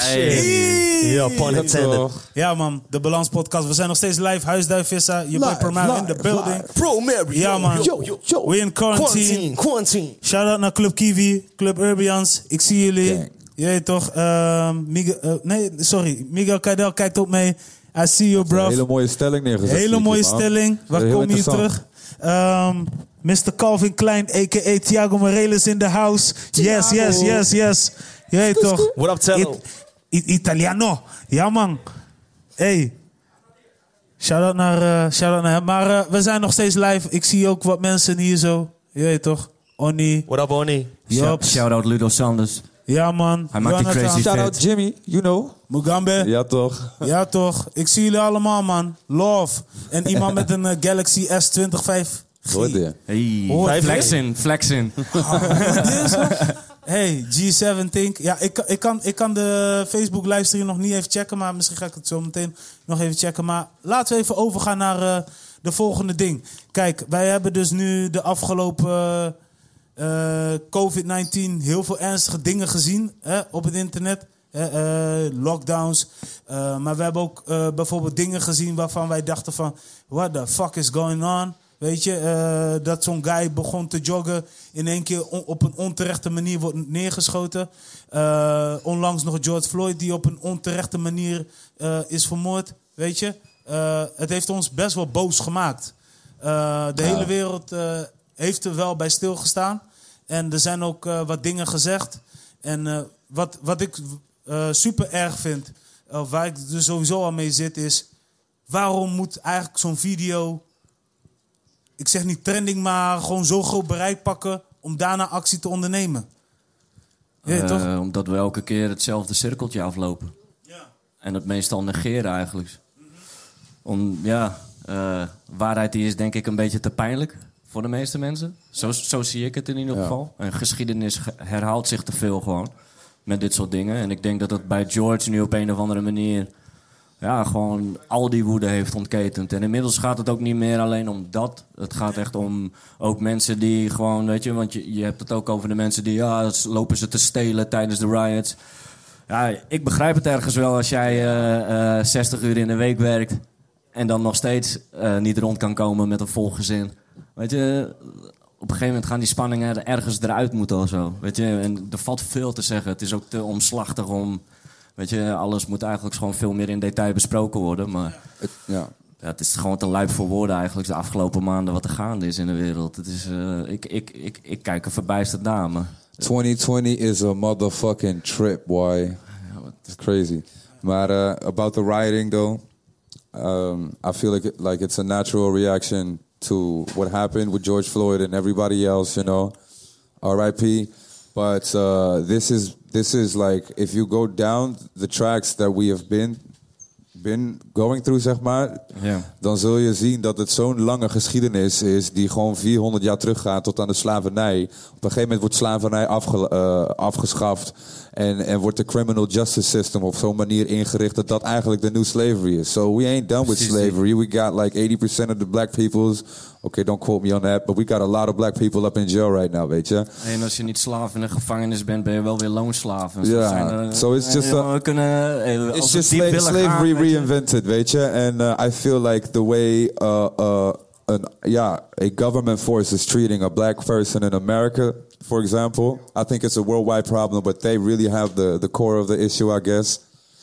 C: Hey.
B: Ja, pun intended.
A: Ja, man. De Balans Podcast. We zijn nog steeds live. Huisduif Vissa. Je boy Permao in de building.
B: Pro Mario.
A: Ja, man.
B: Yo, yo, yo.
A: We in quarantine.
B: Quarantine, quarantine.
A: Shout-out naar Club Kiwi. Club Urbians. Ik zie jullie.
D: Gang.
A: Je weet toch. ehm, Miguel, uh, nee, sorry. Miguel Kaidel kijkt op mee. I see you, bro.
D: Een hele mooie stelling neergezet.
A: Hele
D: Kiki,
A: mooie
D: man.
A: stelling. Waar
D: Heel
A: kom je
D: interessant.
A: terug? Um, mister Calvin Klein, a k a. Thiago Moreles in the house. Yes, yes, yes, yes. Je weet toch?
B: What up, Tello?
A: It- I- Italiano. Ja, man. Hey. Shout-out naar, uh, shout-out naar hem. Maar uh, we zijn nog steeds live. Ik zie ook wat mensen hier zo. Je weet toch? Oni.
B: What up, Bonnie?
A: Jops.
C: Shout-out Ludo Sanders.
A: Ja, man.
C: Hij maakt die
A: Jonathan.
C: crazy
E: Shout out
C: fit.
E: Jimmy, you know.
A: Mugambe.
D: Ja, toch?
A: Ja, toch? Ik zie jullie allemaal, man. Love. En iemand met een uh, Galaxy S twintig vijf G.
D: Hoor je?
C: Hey,
A: Hoor je?
C: flexin, flexin.
A: Deze? Hey, G zeven Tink. Ja, ik, ik, kan, ik kan de Facebook livestream nog niet even checken, maar misschien ga ik het zo meteen nog even checken. Maar laten we even overgaan naar uh, de volgende ding. Kijk, wij hebben dus nu de afgelopen uh, covid negentien heel veel ernstige dingen gezien hè, op het internet. Uh, uh, lockdowns. Uh, maar we hebben ook uh, bijvoorbeeld dingen gezien waarvan wij dachten van... What the fuck is going on? Weet je, uh, dat zo'n guy begon te joggen... in één keer on- op een onterechte manier wordt neergeschoten. Uh, onlangs nog George Floyd die op een onterechte manier uh, is vermoord. Weet je, uh, het heeft ons best wel boos gemaakt. Uh, de ja. hele wereld uh, heeft er wel bij stilgestaan. En er zijn ook uh, wat dingen gezegd. En uh, wat, wat ik... Uh, super erg vind, of waar ik dus sowieso al mee zit, is... waarom moet eigenlijk zo'n video... ik zeg niet trending, maar gewoon zo groot bereik pakken... om daarna actie te ondernemen? Ja,
C: uh,
A: toch?
C: Omdat we elke keer hetzelfde cirkeltje aflopen. Ja. En het meestal negeren eigenlijk. Mm-hmm. Om, ja, uh, waarheid die is denk ik een beetje te pijnlijk... voor de meeste mensen. Zo, zo zie ik het in ieder geval. Ja. En geschiedenis herhaalt zich te veel gewoon... met dit soort dingen. En ik denk dat het bij George nu op een of andere manier... ja, gewoon al die woede heeft ontketend. En inmiddels gaat het ook niet meer alleen om dat. Het gaat echt om ook mensen die gewoon... weet je, want je, je hebt het ook over de mensen die... ja, lopen ze te stelen tijdens de riots. Ja, ik begrijp het ergens wel als jij uh, uh, zestig uur in de week werkt... en dan nog steeds uh, niet rond kan komen met een vol gezin. Weet je... Op een gegeven moment gaan die spanningen ergens eruit moeten of zo. Weet je, en er valt veel te zeggen. Het is ook te omslachtig om... Weet je, alles moet eigenlijk gewoon veel meer in detail besproken worden. Maar
D: het, ja.
C: Ja, het is gewoon te lijp voor woorden eigenlijk de afgelopen maanden wat er gaande is in de wereld. Het is, uh, ik, ik, ik, ik kijk er verbijsterd naar me.
D: twenty twenty is a motherfucking trip, boy. It's crazy. Maar uh, about the rioting though... Um, I feel like, it, like it's a natural reaction... to what happened with George Floyd and everybody else, you know, R I P. But uh, this is this is like if you go down the tracks that we have been been going through, zeg maar,
C: yeah.
D: dan zul je zien dat het zo'n lange geschiedenis is die gewoon vierhonderd jaar teruggaat tot aan de slavernij. Op een gegeven moment wordt slavernij afge, uh, afgeschaft en, en wordt de criminal justice system op zo'n manier ingericht dat dat eigenlijk de new slavery is. So we ain't done with slavery. We got like eighty percent of the black people's... Okay, don't quote me on that, but we got a lot of black people up in jail right now, weet je.
C: En als je niet slaaf in een gevangenis bent, ben je wel weer loonslaaf.
D: Ja, yeah. So it's just a,
C: we kunnen, eh,
D: it's just sla- slavery gaan, reinvented, weet je. And uh, I feel like the way uh, uh, an, yeah, a government force is treating a black person in America, for example, I think it's a worldwide problem, but they really have the, the core of the issue, I guess.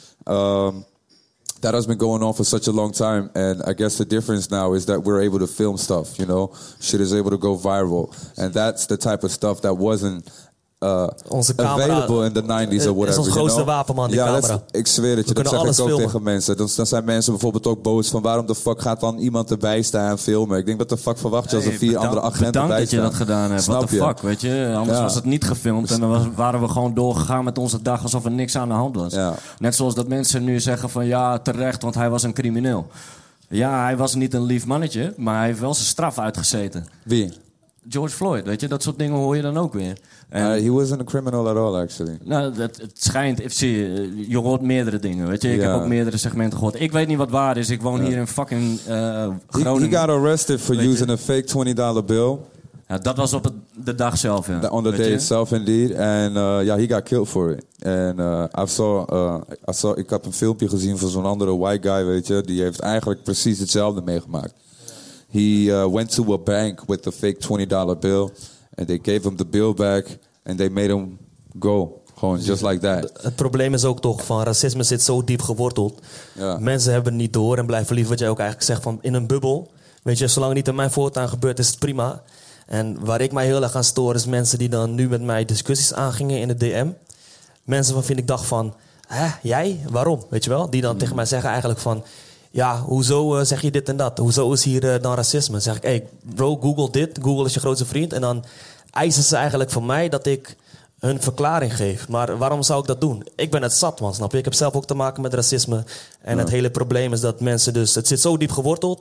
D: Um, That has been going on for such a long time, and I guess the difference now is that we're able to film stuff, you know? Shit is able to go viral, and that's the type of stuff that wasn't uh, available in the nineties or whatever.
B: Dat is ons grootste wapen, man, die
D: ja,
B: camera.
D: Ik zweer het je, dat zeg ik ook
B: filmen.
D: tegen mensen. Dan, dan zijn mensen bijvoorbeeld ook boos van waarom de fuck gaat dan iemand erbij staan en filmen? Ik denk, wat de fuck verwacht je als er vier
C: bedankt,
D: andere agenten
C: bedankt
D: bij
C: dat je
D: staan?
C: dat gedaan hebt.
D: Snap
C: What the
D: je?
C: fuck, weet je? Anders
D: ja.
C: was het niet gefilmd en dan was, waren we gewoon doorgegaan met onze dag alsof er niks aan de hand was.
D: Ja.
C: Net zoals dat mensen nu zeggen van ja, terecht, want hij was een crimineel. Ja, hij was niet een lief mannetje, maar hij heeft wel zijn straf uitgezeten.
D: Wie?
C: George Floyd, weet je, dat soort dingen hoor je dan ook weer. En,
D: uh, he wasn't a criminal at all, actually.
C: Nou, dat, het schijnt, zie je, je hoort meerdere dingen, weet je. Ik
D: ja.
C: heb ook meerdere segmenten gehoord. Ik weet niet wat waar is, ik woon ja. hier in fucking uh, Groningen.
D: He, he got arrested for
C: weet
D: using
C: je?
D: a fake twenty dollar bill.
C: Ja, dat was op het, de dag zelf, ja.
D: On the
C: weet
D: day
C: je?
D: itself, indeed. And uh, yeah, he got killed for it. And uh, I saw, uh, I saw, ik heb een filmpje gezien van zo'n andere white guy, weet je. Die heeft eigenlijk precies hetzelfde meegemaakt. He uh, went to a bank with a fake twenty dollar bill. And they gave him the bill back. And they made him go. Gewoon, just like that.
B: Het probleem is ook toch van racisme zit zo diep geworteld.
D: Ja.
B: Mensen hebben het niet door en blijven liever, wat jij ook eigenlijk zegt, van in een bubbel. Weet je, zolang het niet aan mijn voortaan gebeurt, is het prima. En waar ik mij heel erg aan stoor, is mensen die dan nu met mij discussies aangingen in de D M. Mensen waarvan ik dacht van, hè, jij? Waarom? Weet je wel? Die dan mm. tegen mij zeggen eigenlijk van, ja, hoezo uh, zeg je dit en dat? Hoezo is hier uh, dan racisme? Dan zeg ik, hey bro, Google dit. Google is je grootste vriend. En dan eisen ze eigenlijk van mij dat ik hun verklaring geef. Maar waarom zou ik dat doen? Ik ben het zat, man, snap je? Ik heb zelf ook te maken met racisme. En ja. Het hele probleem is dat mensen dus... Het zit zo diep geworteld.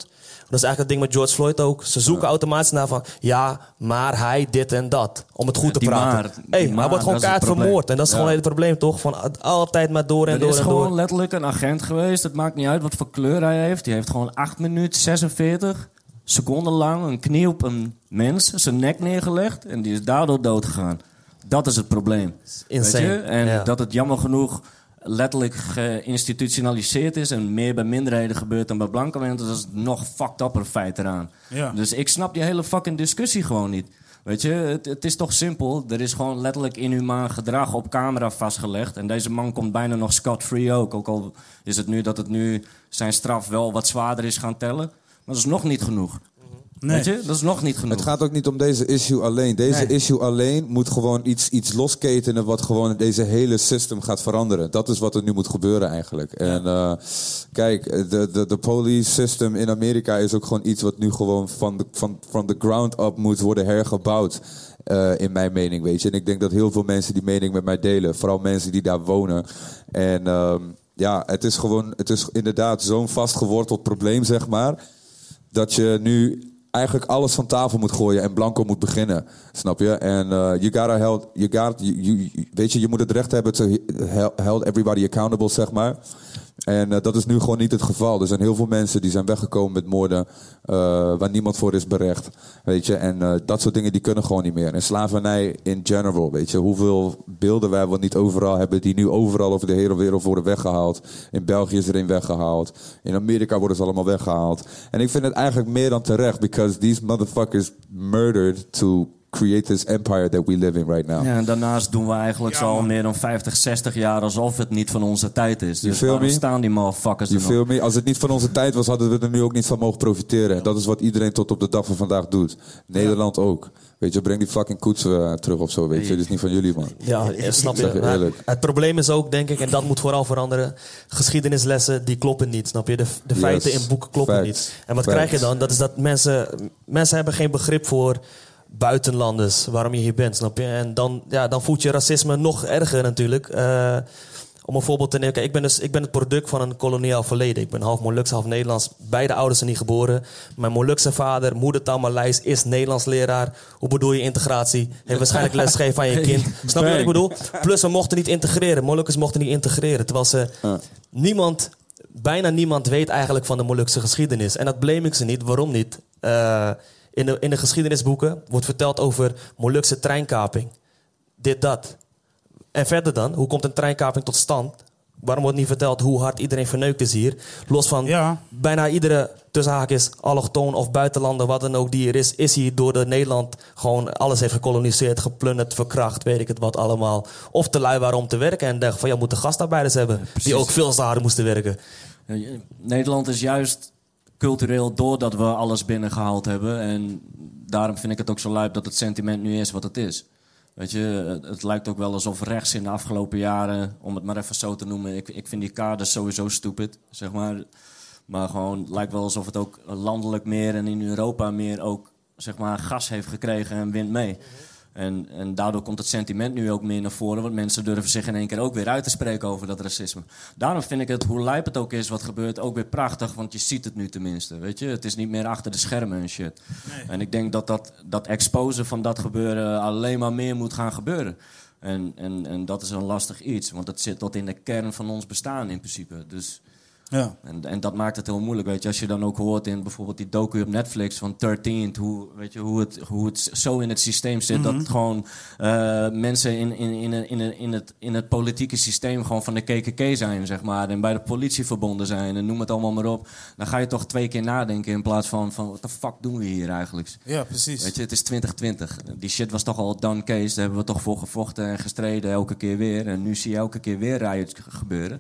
B: Dat is eigenlijk het ding met George Floyd ook. Ze zoeken ja. automatisch naar van... ja, maar hij dit en dat. Om het goed
C: ja,
B: te praten.
C: Maar,
B: hey, maar hij wordt gewoon kaart vermoord. En dat is ja. gewoon het probleem, toch? Van altijd maar door en
C: er
B: door en door.
C: Er is gewoon letterlijk een agent geweest. Het maakt niet uit wat voor kleur hij heeft. Die heeft gewoon acht minuten zesenveertig seconden lang... een knie op een mens, zijn nek neergelegd... en die is daardoor dood gegaan. Dat is het probleem.
B: Insane.
C: Weet je? En
B: ja.
C: dat het jammer genoeg... letterlijk geïnstitutionaliseerd is... en meer bij minderheden gebeurt dan bij blanke mensen... dat is nog fucked upper feit eraan. Ja. Dus ik snap die hele fucking discussie gewoon niet. Weet je, het, het is toch simpel. Er is gewoon letterlijk inhumaan gedrag op camera vastgelegd... en deze man komt bijna nog scot-free ook. Ook al is het nu dat het nu zijn straf wel wat zwaarder is gaan tellen... maar dat is nog niet genoeg. Nee. Weet je, dat is nog niet genoeg.
D: Het gaat ook niet om deze issue alleen. Deze nee. issue alleen moet gewoon iets, iets losketenen... wat gewoon deze hele system gaat veranderen. Dat is wat er nu moet gebeuren eigenlijk. Ja. En uh, kijk, de, de, de police system in Amerika is ook gewoon iets... wat nu gewoon van de, van, van the ground up moet worden hergebouwd. Uh, in mijn mening, weet je. En ik denk dat heel veel mensen die mening met mij delen. Vooral mensen die daar wonen. En um, ja, het is gewoon... het is inderdaad zo'n vastgeworteld probleem, zeg maar... dat je nu... eigenlijk alles van tafel moet gooien en blanco moet beginnen. Snap je? En uh, you gotta held, you got, you, you, weet je, je moet het recht hebben to hold everybody accountable, zeg maar. En uh, dat is nu gewoon niet het geval. Er zijn heel veel mensen die zijn weggekomen met moorden... Uh, waar niemand voor is berecht. Weet je? En uh, dat soort dingen die kunnen gewoon niet meer. En slavernij in general, weet je. Hoeveel beelden wij wel niet overal hebben... die nu overal over de hele wereld worden weggehaald. In België is er een weggehaald. In Amerika worden ze allemaal weggehaald. En ik vind het eigenlijk meer dan terecht... because these motherfuckers murdered to... create this empire that we live in right now.
C: Ja, en daarnaast doen we eigenlijk ja, zo al meer dan vijftig, zestig jaar... alsof het niet van onze tijd is. Dus waarom staan die motherfuckers er
D: nog? Me? Als het niet van onze tijd was, hadden we er nu ook niet van mogen profiteren. En dat is wat iedereen tot op de dag van vandaag doet. Nederland ja. ook. Weet je, breng die fucking koets uh, terug of zo, weet je. Dit is niet van jullie, man.
B: Ja, ja snap je. je het probleem is ook, denk ik, en dat moet vooral veranderen... geschiedenislessen, die kloppen niet, snap je? De, de yes. feiten in boeken kloppen Facts. niet. En wat Facts. krijg je dan? Dat is dat mensen... Mensen hebben geen begrip voor... buitenlanders, waarom je hier bent, snap je? En dan, ja, dan voelt je racisme nog erger natuurlijk. Uh, om een voorbeeld te nemen. Kijk, ik ben, dus, ik ben het product van een koloniaal verleden. Ik ben half Moluks, half Nederlands. Beide ouders zijn niet geboren. Mijn Molukse vader, moedertaal Maleis, is Nederlands leraar. Hoe bedoel je integratie? Heeft waarschijnlijk lesgegeven aan je kind. Snap je wat ik bedoel? Plus, we mochten niet integreren. Molukkers mochten niet integreren. Terwijl ze... Uh. Niemand, bijna niemand weet eigenlijk van de Molukse geschiedenis. En dat blame ik ze niet. Waarom niet? Uh, In de, in de geschiedenisboeken wordt verteld over Molukse treinkaping. Dit, dat. En verder dan, hoe komt een treinkaping tot stand? Waarom wordt niet verteld hoe hard iedereen verneukt is hier? Los van ja. bijna iedere, tussen haakjes, allochtoon of buitenlander, wat dan ook die er is, is hier door de Nederland gewoon alles heeft gekoloniseerd, geplunderd, verkracht, weet ik het wat allemaal. Of te lui waren om te werken en dachten van, ja, moeten gastarbeiders hebben. Ja, die ook veel harder moesten werken.
C: Ja, Nederland is juist... cultureel doordat we alles binnengehaald hebben. En daarom vind ik het ook zo lijp dat het sentiment nu is wat het is. Weet je, het, het lijkt ook wel alsof rechts in de afgelopen jaren... om het maar even zo te noemen... ik, ik vind die kaders sowieso stupid, zeg maar. Maar gewoon, het lijkt wel alsof het ook landelijk meer... en in Europa meer ook, zeg maar, gas heeft gekregen en wint mee. En, en daardoor komt het sentiment nu ook meer naar voren... want mensen durven zich in één keer ook weer uit te spreken over dat racisme. Daarom vind ik het, hoe lijp het ook is wat gebeurt, ook weer prachtig... want je ziet het nu tenminste, weet je. Het is niet meer achter de schermen en shit. Nee. En ik denk dat, dat dat exposen van dat gebeuren alleen maar meer moet gaan gebeuren. En, en, en dat is een lastig iets, want het zit tot in de kern van ons bestaan in principe. Dus... Ja. En, en dat maakt het heel moeilijk, weet je. Als je dan ook hoort in bijvoorbeeld die docu op Netflix van dertien... hoe, weet je, hoe, het, hoe het zo in het systeem zit... Mm-hmm. dat gewoon uh, mensen in, in, in, in, in, het, in het politieke systeem... gewoon van de K K K zijn, zeg maar... en bij de politie verbonden zijn en noem het allemaal maar op... dan ga je toch twee keer nadenken in plaats van... van wat de fuck doen we hier eigenlijk?
A: Ja, precies.
C: Weet je, het is twintig twintig. Die shit was toch al done case. Daar hebben we toch voor gevochten en gestreden elke keer weer. En nu zie je elke keer weer riots gebeuren...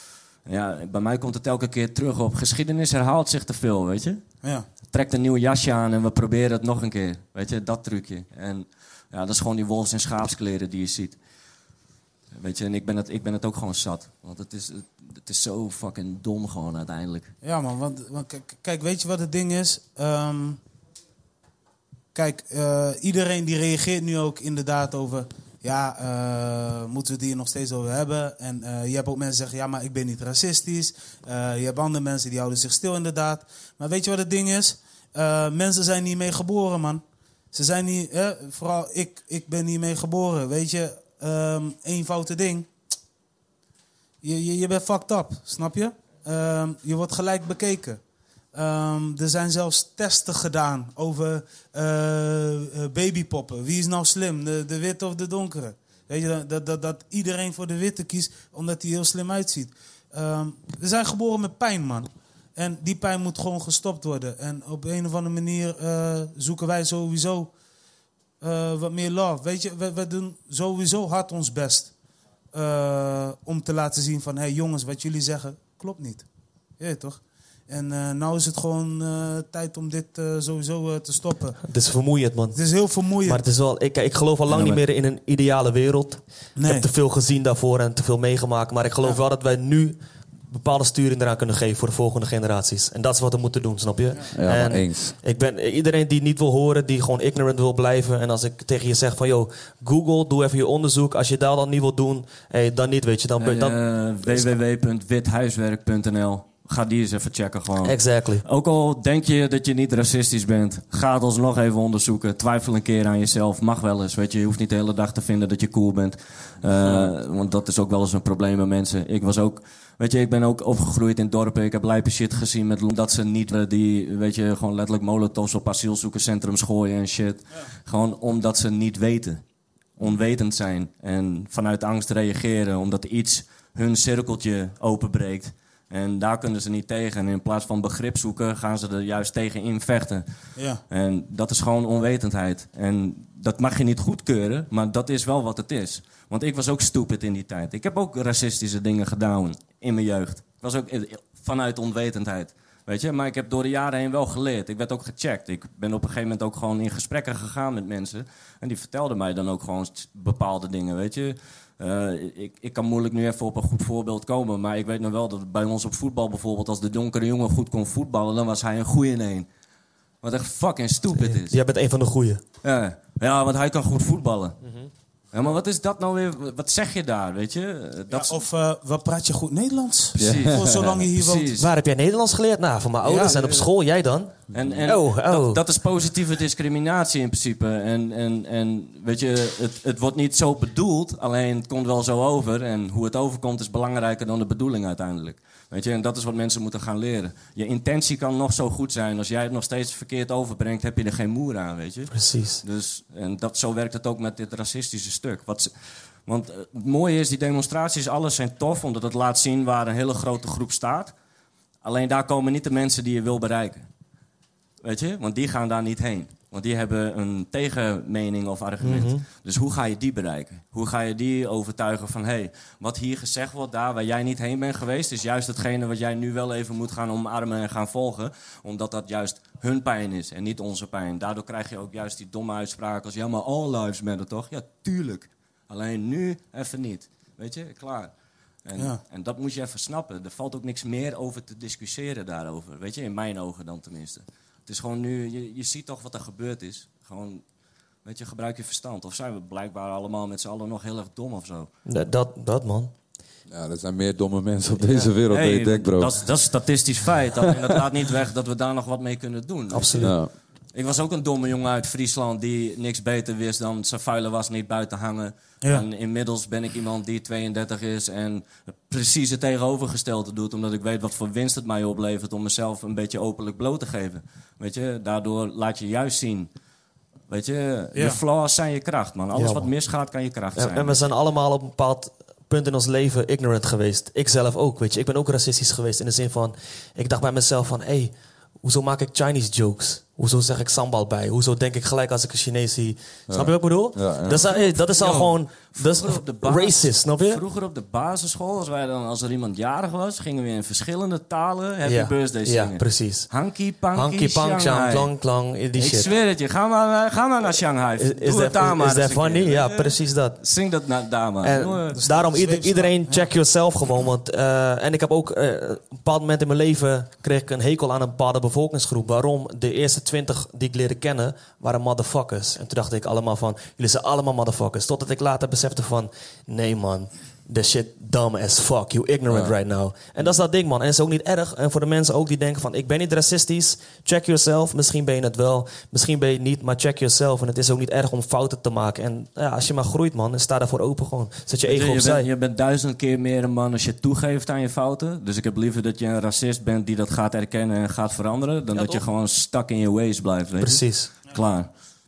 C: Ja, bij mij komt het elke keer terug op... geschiedenis herhaalt zich te veel, weet je? Ja. Trekt een nieuw jasje aan en we proberen het nog een keer. Weet je, dat trucje. En ja, dat is gewoon die wolfs- en schaapskleren die je ziet. Weet je, en ik ben het, ik ben het ook gewoon zat. Want het is, het is zo fucking dom gewoon uiteindelijk.
A: Ja man, want, want kijk, kijk, weet je wat het ding is? Um, kijk, uh, iedereen die reageert nu ook inderdaad over... ja, uh, moeten we het hier nog steeds over hebben? En uh, je hebt ook mensen die zeggen, ja, maar ik ben niet racistisch. Uh, je hebt andere mensen die houden zich stil inderdaad. Maar weet je wat het ding is? Uh, mensen zijn niet mee geboren, man. Ze zijn niet, eh, vooral ik, ik ben niet mee geboren. Weet je, um, eenvoudige ding. Je, je, je bent fucked up, snap je? Um, je wordt gelijk bekeken. Um, er zijn zelfs testen gedaan over uh, uh, babypoppen. Wie is nou slim, de, de witte of de donkere? Weet je, dat, dat, dat iedereen voor de witte kiest omdat hij heel slim uitziet. Um, we zijn geboren met pijn, man. En die pijn moet gewoon gestopt worden. En op een of andere manier uh, zoeken wij sowieso uh, wat meer love. Weet je, we, we doen sowieso hard ons best. Uh, om te laten zien van, hé hey, jongens, wat jullie zeggen klopt niet. Je weet toch? En uh, nou is het gewoon uh, tijd om dit uh, sowieso uh, te stoppen.
B: Het is vermoeiend, man.
A: Het is heel vermoeiend.
B: Maar het is wel, ik, ik geloof al lang
C: ja, maar...
B: niet meer in een ideale wereld. Nee. Ik heb te veel gezien daarvoor en te veel meegemaakt. Maar ik geloof ja. wel dat wij nu bepaalde sturing eraan kunnen geven voor de volgende generaties. En dat is wat we moeten doen, snap je?
D: Ja, ja
B: en
D: eens.
B: Ik ben iedereen die niet wil horen, die gewoon ignorant wil blijven. En als ik tegen je zeg van, yo, Google, doe even je onderzoek. Als je daar dan niet wil doen, hey, dan niet, weet je. Dan,
C: hey,
B: dan,
C: uh, w w w punt withuiswerk punt n l Ga die eens even checken gewoon.
B: Exactly.
C: Ook al denk je dat je niet racistisch bent, ga het alsnog even onderzoeken. Twijfel een keer aan jezelf. Mag wel eens, weet je. Je hoeft niet de hele dag te vinden dat je cool bent. Uh, want dat is ook wel eens een probleem met mensen. Ik was ook... Weet je, ik ben ook opgegroeid in dorpen. Ik heb lijpe shit gezien met dat ze niet die, weet je, gewoon letterlijk molotovs op asielzoekerscentrums gooien en shit. Ja. Gewoon omdat ze niet weten. Onwetend zijn. En vanuit angst reageren omdat iets hun cirkeltje openbreekt. En daar kunnen ze niet tegen. En in plaats van begrip zoeken, gaan ze er juist tegen in vechten. Ja. En dat is gewoon onwetendheid. En dat mag je niet goedkeuren, maar dat is wel wat het is. Want ik was ook stupid in die tijd. Ik heb ook racistische dingen gedaan in mijn jeugd. Ik was ook vanuit onwetendheid. Weet je? Maar ik heb door de jaren heen wel geleerd. Ik werd ook gecheckt. Ik ben op een gegeven moment ook gewoon in gesprekken gegaan met mensen. En die vertelden mij dan ook gewoon bepaalde dingen, weet je. Uh, ik, ik kan moeilijk nu even op een goed voorbeeld komen. Maar ik weet nog wel dat bij ons op voetbal bijvoorbeeld, als de donkere jongen goed kon voetballen, dan was hij een goeie in één. Wat echt fucking stupid is.
B: Jij bent een van de goeie.
C: Ja, ja, want hij kan goed voetballen. Mm-hmm. Ja, maar wat is dat nou weer? Wat zeg je daar, weet je? Dat
A: ja, of uh, wat praat je goed Nederlands?
C: Precies.
A: Voor zolang je hier
C: Precies.
A: woont.
B: Waar heb jij Nederlands geleerd? Nou, van mijn ouders ja, en op school. Jij dan?
C: En, en
B: oh, oh.
C: Dat, dat is positieve discriminatie in principe. En, en, en weet je, het, het wordt niet zo bedoeld. Alleen het komt wel zo over. En hoe het overkomt is belangrijker dan de bedoeling uiteindelijk. Weet je, en dat is wat mensen moeten gaan leren. Je intentie kan nog zo goed zijn. Als jij het nog steeds verkeerd overbrengt, heb je er geen moer aan, weet je.
B: Precies.
C: Dus, en dat, zo werkt het ook met dit racistische stuk. Wat, want uh, het mooie is, die demonstraties, alles zijn tof, omdat het laat zien waar een hele grote groep staat. Alleen daar komen niet de mensen die je wil bereiken. Weet je, want die gaan daar niet heen. Want die hebben een tegenmening of argument. Mm-hmm. Dus hoe ga je die bereiken? Hoe ga je die overtuigen van, hé, hey, wat hier gezegd wordt daar waar jij niet heen bent geweest, is juist hetgene wat jij nu wel even moet gaan omarmen en gaan volgen. Omdat dat juist hun pijn is en niet onze pijn. Daardoor krijg je ook juist die domme uitspraken als, ja, maar all lives matter, toch? Ja, tuurlijk. Alleen nu even niet. Weet je, klaar. En, ja. en dat moet je even snappen. Er valt ook niks meer over te discussiëren daarover. Weet je, in mijn ogen dan tenminste. Het is gewoon nu, je, je ziet toch wat er gebeurd is. Gewoon, weet je, gebruik je verstand. Of zijn we blijkbaar allemaal met z'n allen nog heel erg dom of zo?
B: Dat, dat, dat man.
D: Ja, er zijn meer domme mensen op deze ja. wereld
C: hey,
D: dan je denkt, bro.
C: Dat, dat is statistisch feit. En dat laat niet weg dat we daar nog wat mee kunnen doen.
B: Absoluut.
D: Ja.
C: Ik was ook een domme jongen uit Friesland die niks beter wist dan zijn vuile was niet buiten hangen. Ja. En inmiddels ben ik iemand die tweeëndertig is en precies het tegenovergestelde doet. Omdat ik weet wat voor winst het mij oplevert om mezelf een beetje openlijk bloot te geven. Weet je, daardoor laat je juist zien. Weet je, ja. je flaws zijn je kracht, man. Alles ja, man. wat misgaat kan je kracht zijn.
B: En, en we zijn allemaal op een bepaald punt in ons leven ignorant geweest. Ik zelf ook, weet je. Ik ben ook racistisch geweest in de zin van, ik dacht bij mezelf van, hé, hey, hoezo maak ik Chinese jokes? Hoezo zeg ik sambal bij? Hoezo denk ik gelijk als ik een Chinees zie? Ja. Snap je wat ik bedoel? Ja, ja. Dat is, hey, dat is al Yo, gewoon dat is op de basis, racist, snap je?
C: Vroeger op de basisschool, als, wij dan, als er iemand jarig was, gingen we in verschillende talen Happy ja. Birthday zingen.
B: Ja, precies.
C: Hanky Panky
B: Hanky Pank,
C: Shanghai.
B: Klang, Klang, die
C: ik
B: shit.
C: Ik zweer het je, ga maar, ga maar naar Shanghai.
B: Is, is dat is, is funny? Keer. Ja, precies dat.
C: Zing dat na, daar maar.
B: En
C: Doe,
B: dus daarom, ieder, iedereen check yourself gewoon. Want, uh, en ik heb ook, uh, op een bepaald moment in mijn leven kreeg ik een hekel aan een bepaalde bevolkingsgroep. Waarom? De eerste twintig die ik leerde kennen waren motherfuckers. En toen dacht ik allemaal van, jullie zijn allemaal motherfuckers. Totdat ik later besefte van, nee man, this shit dumb as fuck. You ignorant
D: Ja.
B: right now. En dat is dat ding, man. En het is ook niet erg. En voor de mensen ook die denken van, ik ben niet racistisch. Check yourself. Misschien ben je het wel. Misschien ben je het niet, maar check yourself. En het is ook niet erg om fouten te maken. En ja, als je maar groeit, man, en sta daarvoor open gewoon. Zet je
C: Weet
B: ego
C: je, je,
B: opzij.
C: bent, je bent duizend keer meer een man als je toegeeft aan je fouten. Dus ik heb liever dat je een racist bent die dat gaat erkennen en gaat veranderen. Dan
B: Ja,
C: dat je
B: toch?
C: gewoon stuck in je ways blijft. Weet je?
B: Precies.
C: Klaar.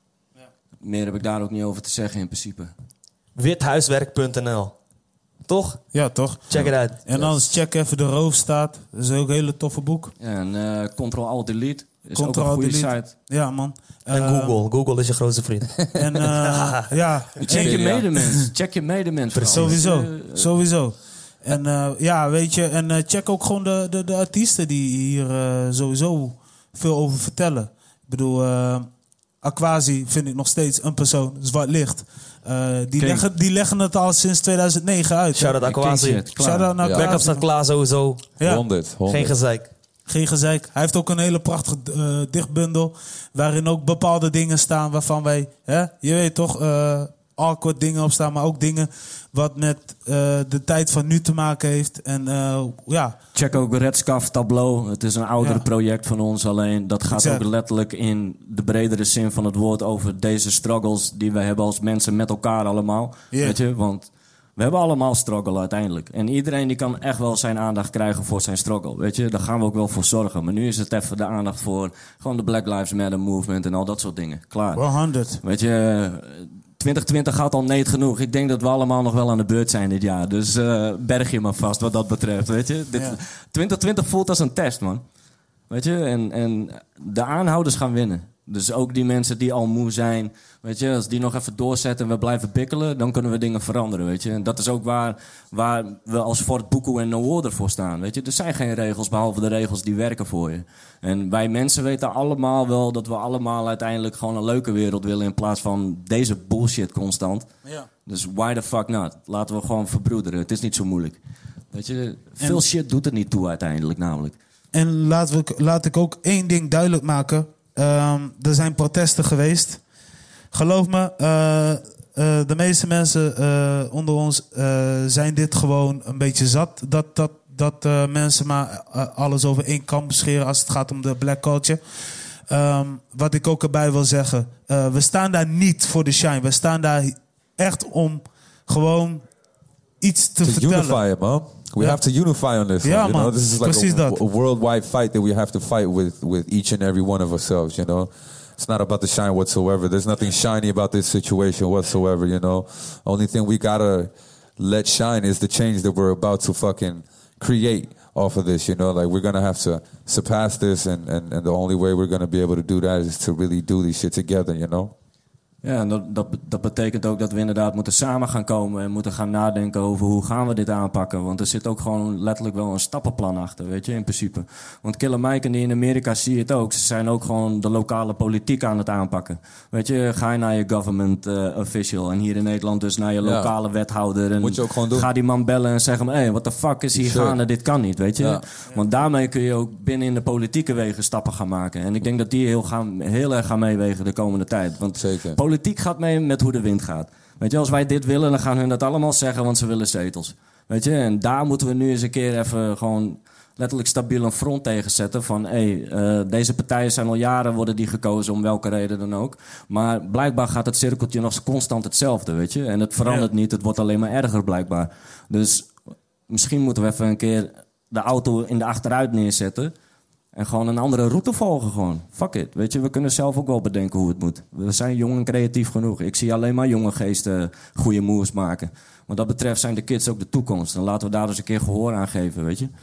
C: Meer heb ik daar ook niet over te zeggen in principe.
B: withuiswerk punt n l. Toch?
A: Ja, toch?
B: Check it out.
A: En anders check even de Roofstaat. Dat is ook een hele toffe boek.
C: Ja, en uh, Control-Alt-Delete is ook een
A: Control
C: goede
A: Delete.
C: site.
A: Ja, man.
B: En
A: Eh,
B: Google. Google is je grootste vriend.
A: En eh, ja,
C: Check je
D: Ja.
C: medemens. Check je medemens. vooral.
A: sowieso.
C: Dus, uh,
A: Sowieso. En eh, ja, weet je, en eh, check ook gewoon de, de, de artiesten die hier eh, sowieso veel over vertellen. Ik bedoel, eh Aquasi vind ik nog steeds een persoon, zwart licht. Eh, die,
C: King.
A: leggen, die leggen het al sinds tweeduizend negen uit.
B: Shout-out
C: King
B: Aquasi.
C: shit, klaar.
A: Shout-out naar
D: Ja.
B: Backup
A: Aquasi.
B: staat klaar sowieso.
A: Ja,
D: honderd, honderd.
B: Geen gezeik.
A: geen gezeik. Hij heeft ook een hele prachtige eh, dichtbundel. Waarin ook bepaalde dingen staan waarvan wij, hè, je weet toch, eh, awkward dingen op staan. Maar ook dingen wat met eh, de tijd van nu te maken heeft. En eh, ja,
C: Check ook Red Scarf Tableau. Het is een oudere
A: Ja.
C: project van ons. Alleen dat gaat
A: Exact.
C: ook letterlijk in de bredere zin van het woord over deze struggles die we hebben als mensen met elkaar allemaal.
A: Ja.
C: Weet je, want we hebben allemaal struggle uiteindelijk. En iedereen die kan echt wel zijn aandacht krijgen voor zijn struggle. Weet je, daar gaan we ook wel voor zorgen. Maar nu is het even de aandacht voor gewoon de Black Lives Matter movement en al dat soort dingen. Klaar.
A: honderd.
C: Weet je, twintig twintig gaat al niet genoeg. Ik denk dat we allemaal nog wel aan de beurt zijn dit jaar. Dus eh, berg je maar vast wat dat betreft, weet je. Dit,
A: Ja.
C: twintig twintig voelt als een test, man. Weet je, en, en de aanhouders gaan winnen. Dus ook die mensen die al moe zijn, weet je, als die nog even doorzetten en we blijven bikkelen, dan kunnen we dingen veranderen, weet je. En dat is ook waar, waar we als Fort Buku en No Order voor staan, weet je. Er zijn geen regels behalve de regels die werken voor je. En wij mensen weten allemaal wel dat we allemaal uiteindelijk gewoon een leuke wereld willen in plaats van deze bullshit constant.
A: Ja.
C: Dus why the fuck not? Laten we gewoon verbroederen. Het is niet zo moeilijk. Weet je, veel
A: En-
C: shit doet er niet toe uiteindelijk namelijk.
A: En laat, we, laat ik ook één ding duidelijk maken. Ehm, er zijn protesten geweest. Geloof me, eh, eh, de meeste mensen eh, onder ons eh, zijn dit gewoon een beetje zat. Dat, dat, dat eh, mensen maar eh, alles over één kam scheren als het gaat om de black culture. Ehm, wat ik ook erbij wil zeggen. eh, we staan daar niet voor de shine. We staan daar echt om gewoon iets te
E: To
A: vertellen.
E: unify it, man. We
A: Ja.
E: have to unify on this.
A: Ja,
E: one, you
A: man.
E: know, this is
A: Precies
E: like a,
A: dat.
E: a worldwide fight that we have to fight with with each and every one of ourselves. You know, it's not about the shine whatsoever. There's nothing shiny about this situation whatsoever. You know, only thing we gotta let shine is the change that we're about to fucking create off of this. You know, like we're gonna have to surpass this, and and and the only way we're gonna be able to do that is to really do this shit together. You know.
C: Ja, en dat, dat, dat betekent ook dat we inderdaad moeten samen gaan komen en moeten gaan nadenken over hoe gaan we dit aanpakken. Want er zit ook gewoon letterlijk wel een stappenplan achter, weet je, in principe. Want Killer Mike en die in Amerika zie je het ook. Ze zijn ook gewoon de lokale politiek aan het aanpakken. Weet je, ga je naar je government uh, official en hier in Nederland dus naar je
D: Ja.
C: lokale wethouder. En
D: Moet je ook gewoon doen.
C: Ga die man bellen en zeg hem, hé, hey, what the fuck is hier
D: Sure.
C: gaande? Dit kan niet, weet je.
D: Ja.
C: Want daarmee kun je ook binnen in de politieke wegen stappen gaan maken. En ik denk dat die heel, gaan, heel erg gaan meewegen de komende tijd. Want
D: Zeker.
C: politiek gaat mee met hoe de wind gaat. Weet je, als wij dit willen, dan gaan hun dat allemaal zeggen, want ze willen zetels. Weet je, en daar moeten we nu eens een keer even gewoon letterlijk stabiel een front tegen zetten. Van, hé, hey, uh, deze partijen zijn al jaren, worden die gekozen, om welke reden dan ook. Maar blijkbaar gaat het cirkeltje nog constant hetzelfde, weet je. En het verandert
A: Ja.
C: niet, het wordt alleen maar erger blijkbaar. Dus misschien moeten we even een keer de auto in de achteruit neerzetten. En gewoon een andere route volgen gewoon. Fuck it. Weet je, we kunnen zelf ook wel bedenken hoe het moet. We zijn jong en creatief genoeg. Ik zie alleen maar jonge geesten goede moves maken. Wat dat betreft zijn de kids ook de toekomst. Dan laten we daar eens een keer gehoor aan geven, weet je.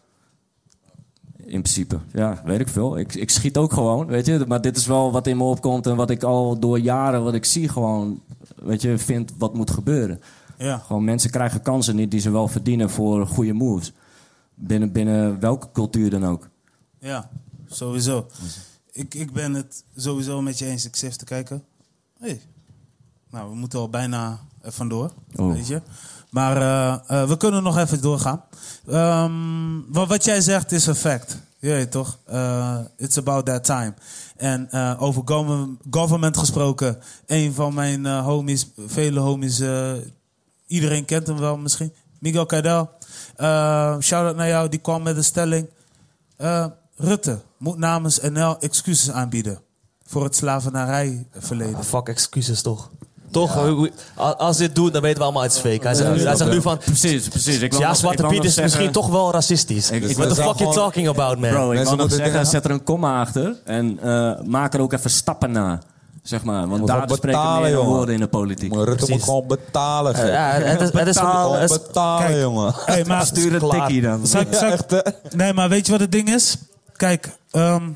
C: In principe, ja, weet ik veel. Ik, ik schiet ook gewoon, weet je. Maar dit is wel wat in me opkomt en wat ik al door jaren, wat ik zie gewoon, weet je, vind wat moet gebeuren.
A: Ja.
C: Gewoon mensen krijgen kansen niet die ze wel verdienen voor goede moves. Binnen, binnen welke cultuur dan ook.
A: Ja, sowieso. Ik, ik ben het sowieso met je eens. Ik zit even te kijken. Hey. Nou, we moeten al bijna er vandoor,
C: Oh.
A: weet je. Maar uh, uh, we kunnen nog even doorgaan. Um, wat, wat jij zegt is een fact. Je weet toch? Uh, it's about that time. En uh, over government, government gesproken. Een van mijn uh, homies, vele homies... Uh, iedereen kent hem wel misschien. Miguel Kaidel. Uh, shout-out naar jou, die kwam met een stelling. Uh, Rutte moet namens N L excuses aanbieden. Voor het slavenarijverleden.
B: Ah, fuck excuses toch? Toch? Ja. Als dit doet, dan weten we allemaal het is fake. Hij zegt, nu, hij zegt nu van...
C: Precies, precies. Ik
B: ja,
C: nog,
B: Zwarte Piet is zeggen, misschien toch wel racistisch.
C: Ik, ik,
B: What the fuck you talking about, man?
C: Bro, ik wil nog zeggen, zet er een komma achter. En uh, maak er ook even stappen na. Zeg maar, want daar spreken meer woorden in de politiek.
E: Maar Rutte moet gewoon betalen.
B: Uh, ja, het is, het is
E: betalen, het is, betalen kijk, jongen.
A: Hey, maar
C: stuur een tikkie dan.
A: Zal, zal, ja, nee, maar weet je wat het ding is? Kijk, um,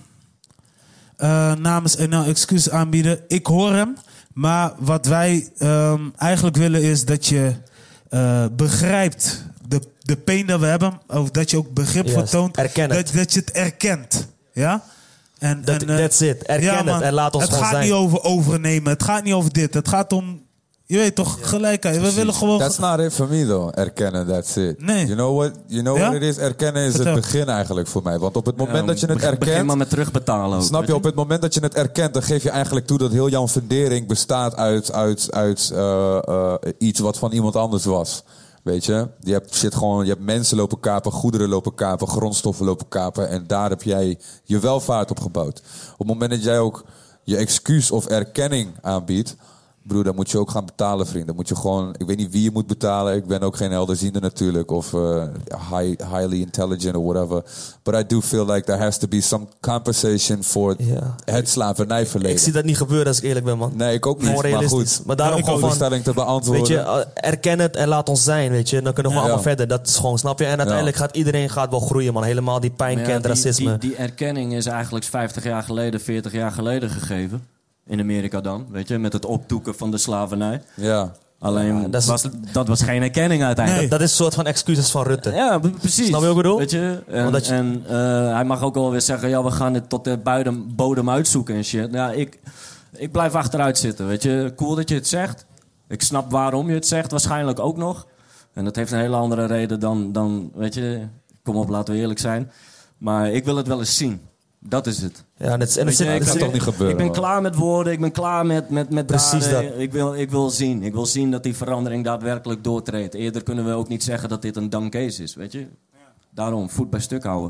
A: uh, namens N L excuses aanbieden. Ik hoor hem. Maar wat wij um, eigenlijk willen is dat je uh, begrijpt de, de pijn dat we hebben. Of dat je ook begrip
B: yes.
A: vertoont.
B: Erken het.
A: Dat, dat je het erkent. Ja? En,
B: dat,
A: en, uh,
B: that's it. Erken ja, man, het en laat ons
A: het
B: gewoon
A: zijn. Het gaat niet over overnemen. Het gaat niet over dit. Het gaat om... Je weet toch, ja. gelijkheid. We willen gewoon...
E: That's not it for me though. Erkennen, that's it.
A: Nee.
E: You know what, you know ja? what it is? Erkennen is Vertel. het begin eigenlijk voor mij. Want op het moment ja, dat je het erkent...
C: Begin maar met terugbetalen ook.
E: Snap je? Op het moment dat je het erkent, dan geef je eigenlijk toe dat heel jouw fundering bestaat uit, uit, uit uh, uh, iets wat van iemand anders was. Weet je? Je hebt shit gewoon, je hebt mensen lopen kapen, goederen lopen kapen, grondstoffen lopen kapen. En daar heb jij je welvaart op gebouwd. Op het moment dat jij ook je excuus of erkenning aanbiedt... Broer, dan moet je ook gaan betalen, vriend. Dan moet je gewoon... Ik weet niet wie je moet betalen. Ik ben ook geen helderziende natuurlijk. Of uh, high, highly intelligent or whatever. But I do feel like there has to be some compensation for ja. het slavernijverleden.
B: Ik zie dat niet gebeuren als ik eerlijk ben, man.
E: Nee, ik ook niet.
B: Maar goed. Maar daarom
E: ja,
B: gewoon van...
E: de stelling te beantwoorden.
B: Weet je, erken het en laat ons zijn, weet je. Dan kunnen we ja. allemaal ja. verder. Dat is gewoon, snap je? En uiteindelijk ja. gaat iedereen gaat wel groeien, man. Helemaal die pijn ja, kent, die, racisme.
C: Die, die erkenning is eigenlijk vijftig jaar geleden, veertig jaar geleden gegeven. In Amerika dan, weet je, met het opdoeken van de slavernij.
E: Ja.
C: Alleen, ja, dat, is, was, dat was geen erkenning uiteindelijk.
B: Nee. Dat is een soort van excuses van Rutte.
C: Ja, precies.
B: Snap je wat ik bedoel?
C: Weet je? En, je... en uh, hij mag ook wel weer zeggen... ja, we gaan het tot de bodem, bodem uitzoeken en shit. Ja, ik, ik blijf achteruit zitten, weet je. Cool dat je het zegt. Ik snap waarom je het zegt, waarschijnlijk ook nog. En dat heeft een hele andere reden dan, dan weet je... Kom op, laten we eerlijk zijn. Maar ik wil het wel eens zien. Dat is het.
B: Ja, en het, en het,
C: je,
B: het
E: gaat toch niet gebeuren.
C: Ik ben klaar met woorden, ik ben klaar met, met, met
B: Precies
C: daden.
B: dat.
C: Ik wil, ik wil zien. Ik wil zien dat die verandering daadwerkelijk doortreedt. Eerder kunnen we ook niet zeggen dat dit een done case is, weet je. Ja. Daarom, voet bij stuk houden.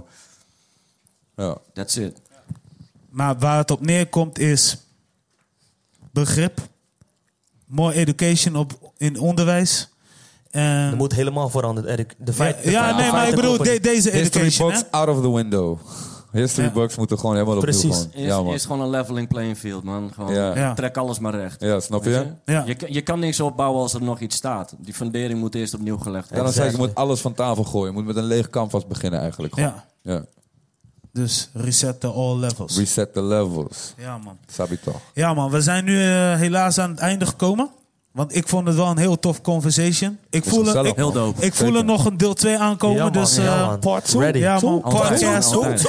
E: Ja.
C: That's it.
A: Maar waar het op neerkomt is begrip, more education op, in onderwijs.
B: En er moet helemaal veranderen. De feit,
A: ja, ja
B: de
A: nee, maar ik bedoel de, deze education.
E: History books out of the window. History ja. books moeten gewoon helemaal opnieuw gaan.
C: Is, ja, is gewoon een leveling playing field, man. Gewoon ja. Ja. Trek alles maar recht.
E: Ja, snap je? je?
A: Ja.
C: Je, je kan niks opbouwen als er nog iets staat. Die fundering moet eerst opnieuw gelegd worden.
E: Ja, dan zeg ik, je moet alles van tafel gooien. Je moet met een leeg canvas beginnen eigenlijk.
A: Ja.
E: ja.
A: Dus reset the all levels.
E: Reset the levels.
A: Ja, man.
E: Sabi toch.
A: Ja, man. We zijn nu uh, helaas aan het einde gekomen. Want ik vond het wel een heel tof conversation. Ik voel, er, ik,
C: heel dope.
A: ik voel er nog een deel twee aankomen. Ja, man, dus, uh,
B: ja, man.
A: part two.
B: Ready.
A: Ja, man. Podcast.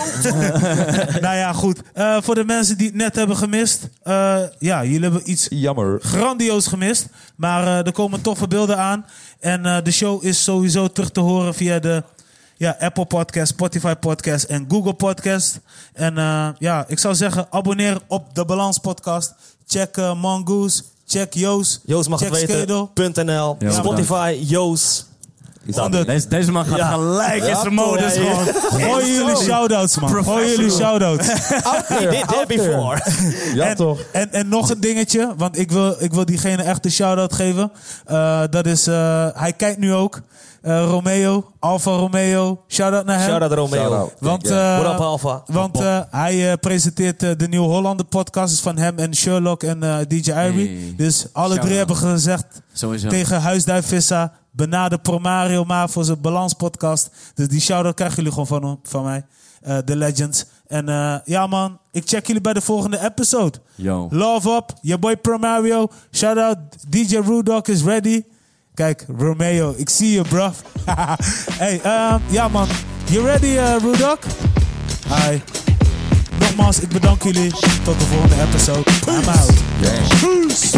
A: Nou ja, goed. Uh, voor de mensen die het net hebben gemist. Uh, ja, jullie hebben iets
E: Jammer.
A: grandioos gemist. Maar uh, er komen toffe beelden aan. En uh, de show is sowieso terug te horen via de ja, Apple Podcast, Spotify Podcast en Google Podcast. En uh, ja, ik zou zeggen, abonneer op de Balans Podcast. Check uh, Mongoose. Check Joos.
B: Joos mag
A: check
B: het weten.
A: Schedel.
B: .nl. Ja, Spotify, Joos.
C: Deze, deze man gaat ja. gelijk in zijn modus gewoon.
A: Gooi jullie shoutouts, man. Gooi jullie shoutouts.
B: He did that before.
E: Ja,
A: en,
E: toch.
A: En, en nog een dingetje, want ik wil, ik wil diegene echt een shoutout geven. Uh, dat is, uh, hij kijkt nu ook. Uh, Romeo, Alfa Romeo. Shout-out naar hem.
B: Shout-out Romeo.
E: Shout-out.
A: Want, uh,
B: What up, Alfa?
A: Want uh, hij uh, presenteert uh, de Nieuw Hollander podcast. Is van hem en Sherlock en uh, D J Irie. Hey. Dus alle Shout drie out. hebben gezegd Sowieso. tegen Huisduif Vissa. Benader Promario maar voor zijn Balans podcast. Dus die shout-out krijgen jullie gewoon van, van mij. Uh, The Legends. En uh, ja man, ik check jullie bij de volgende episode.
C: Yo.
A: Love up, your boy Promario. Shout-out D J Rudog is ready. Kijk, Romeo, ik zie je, bro. Hey, uh, ja man. You ready, uh, Rudok? Hi. Nogmaals, ik bedank jullie. Tot de volgende episode. I'm out.
E: Yeah.
A: Peace.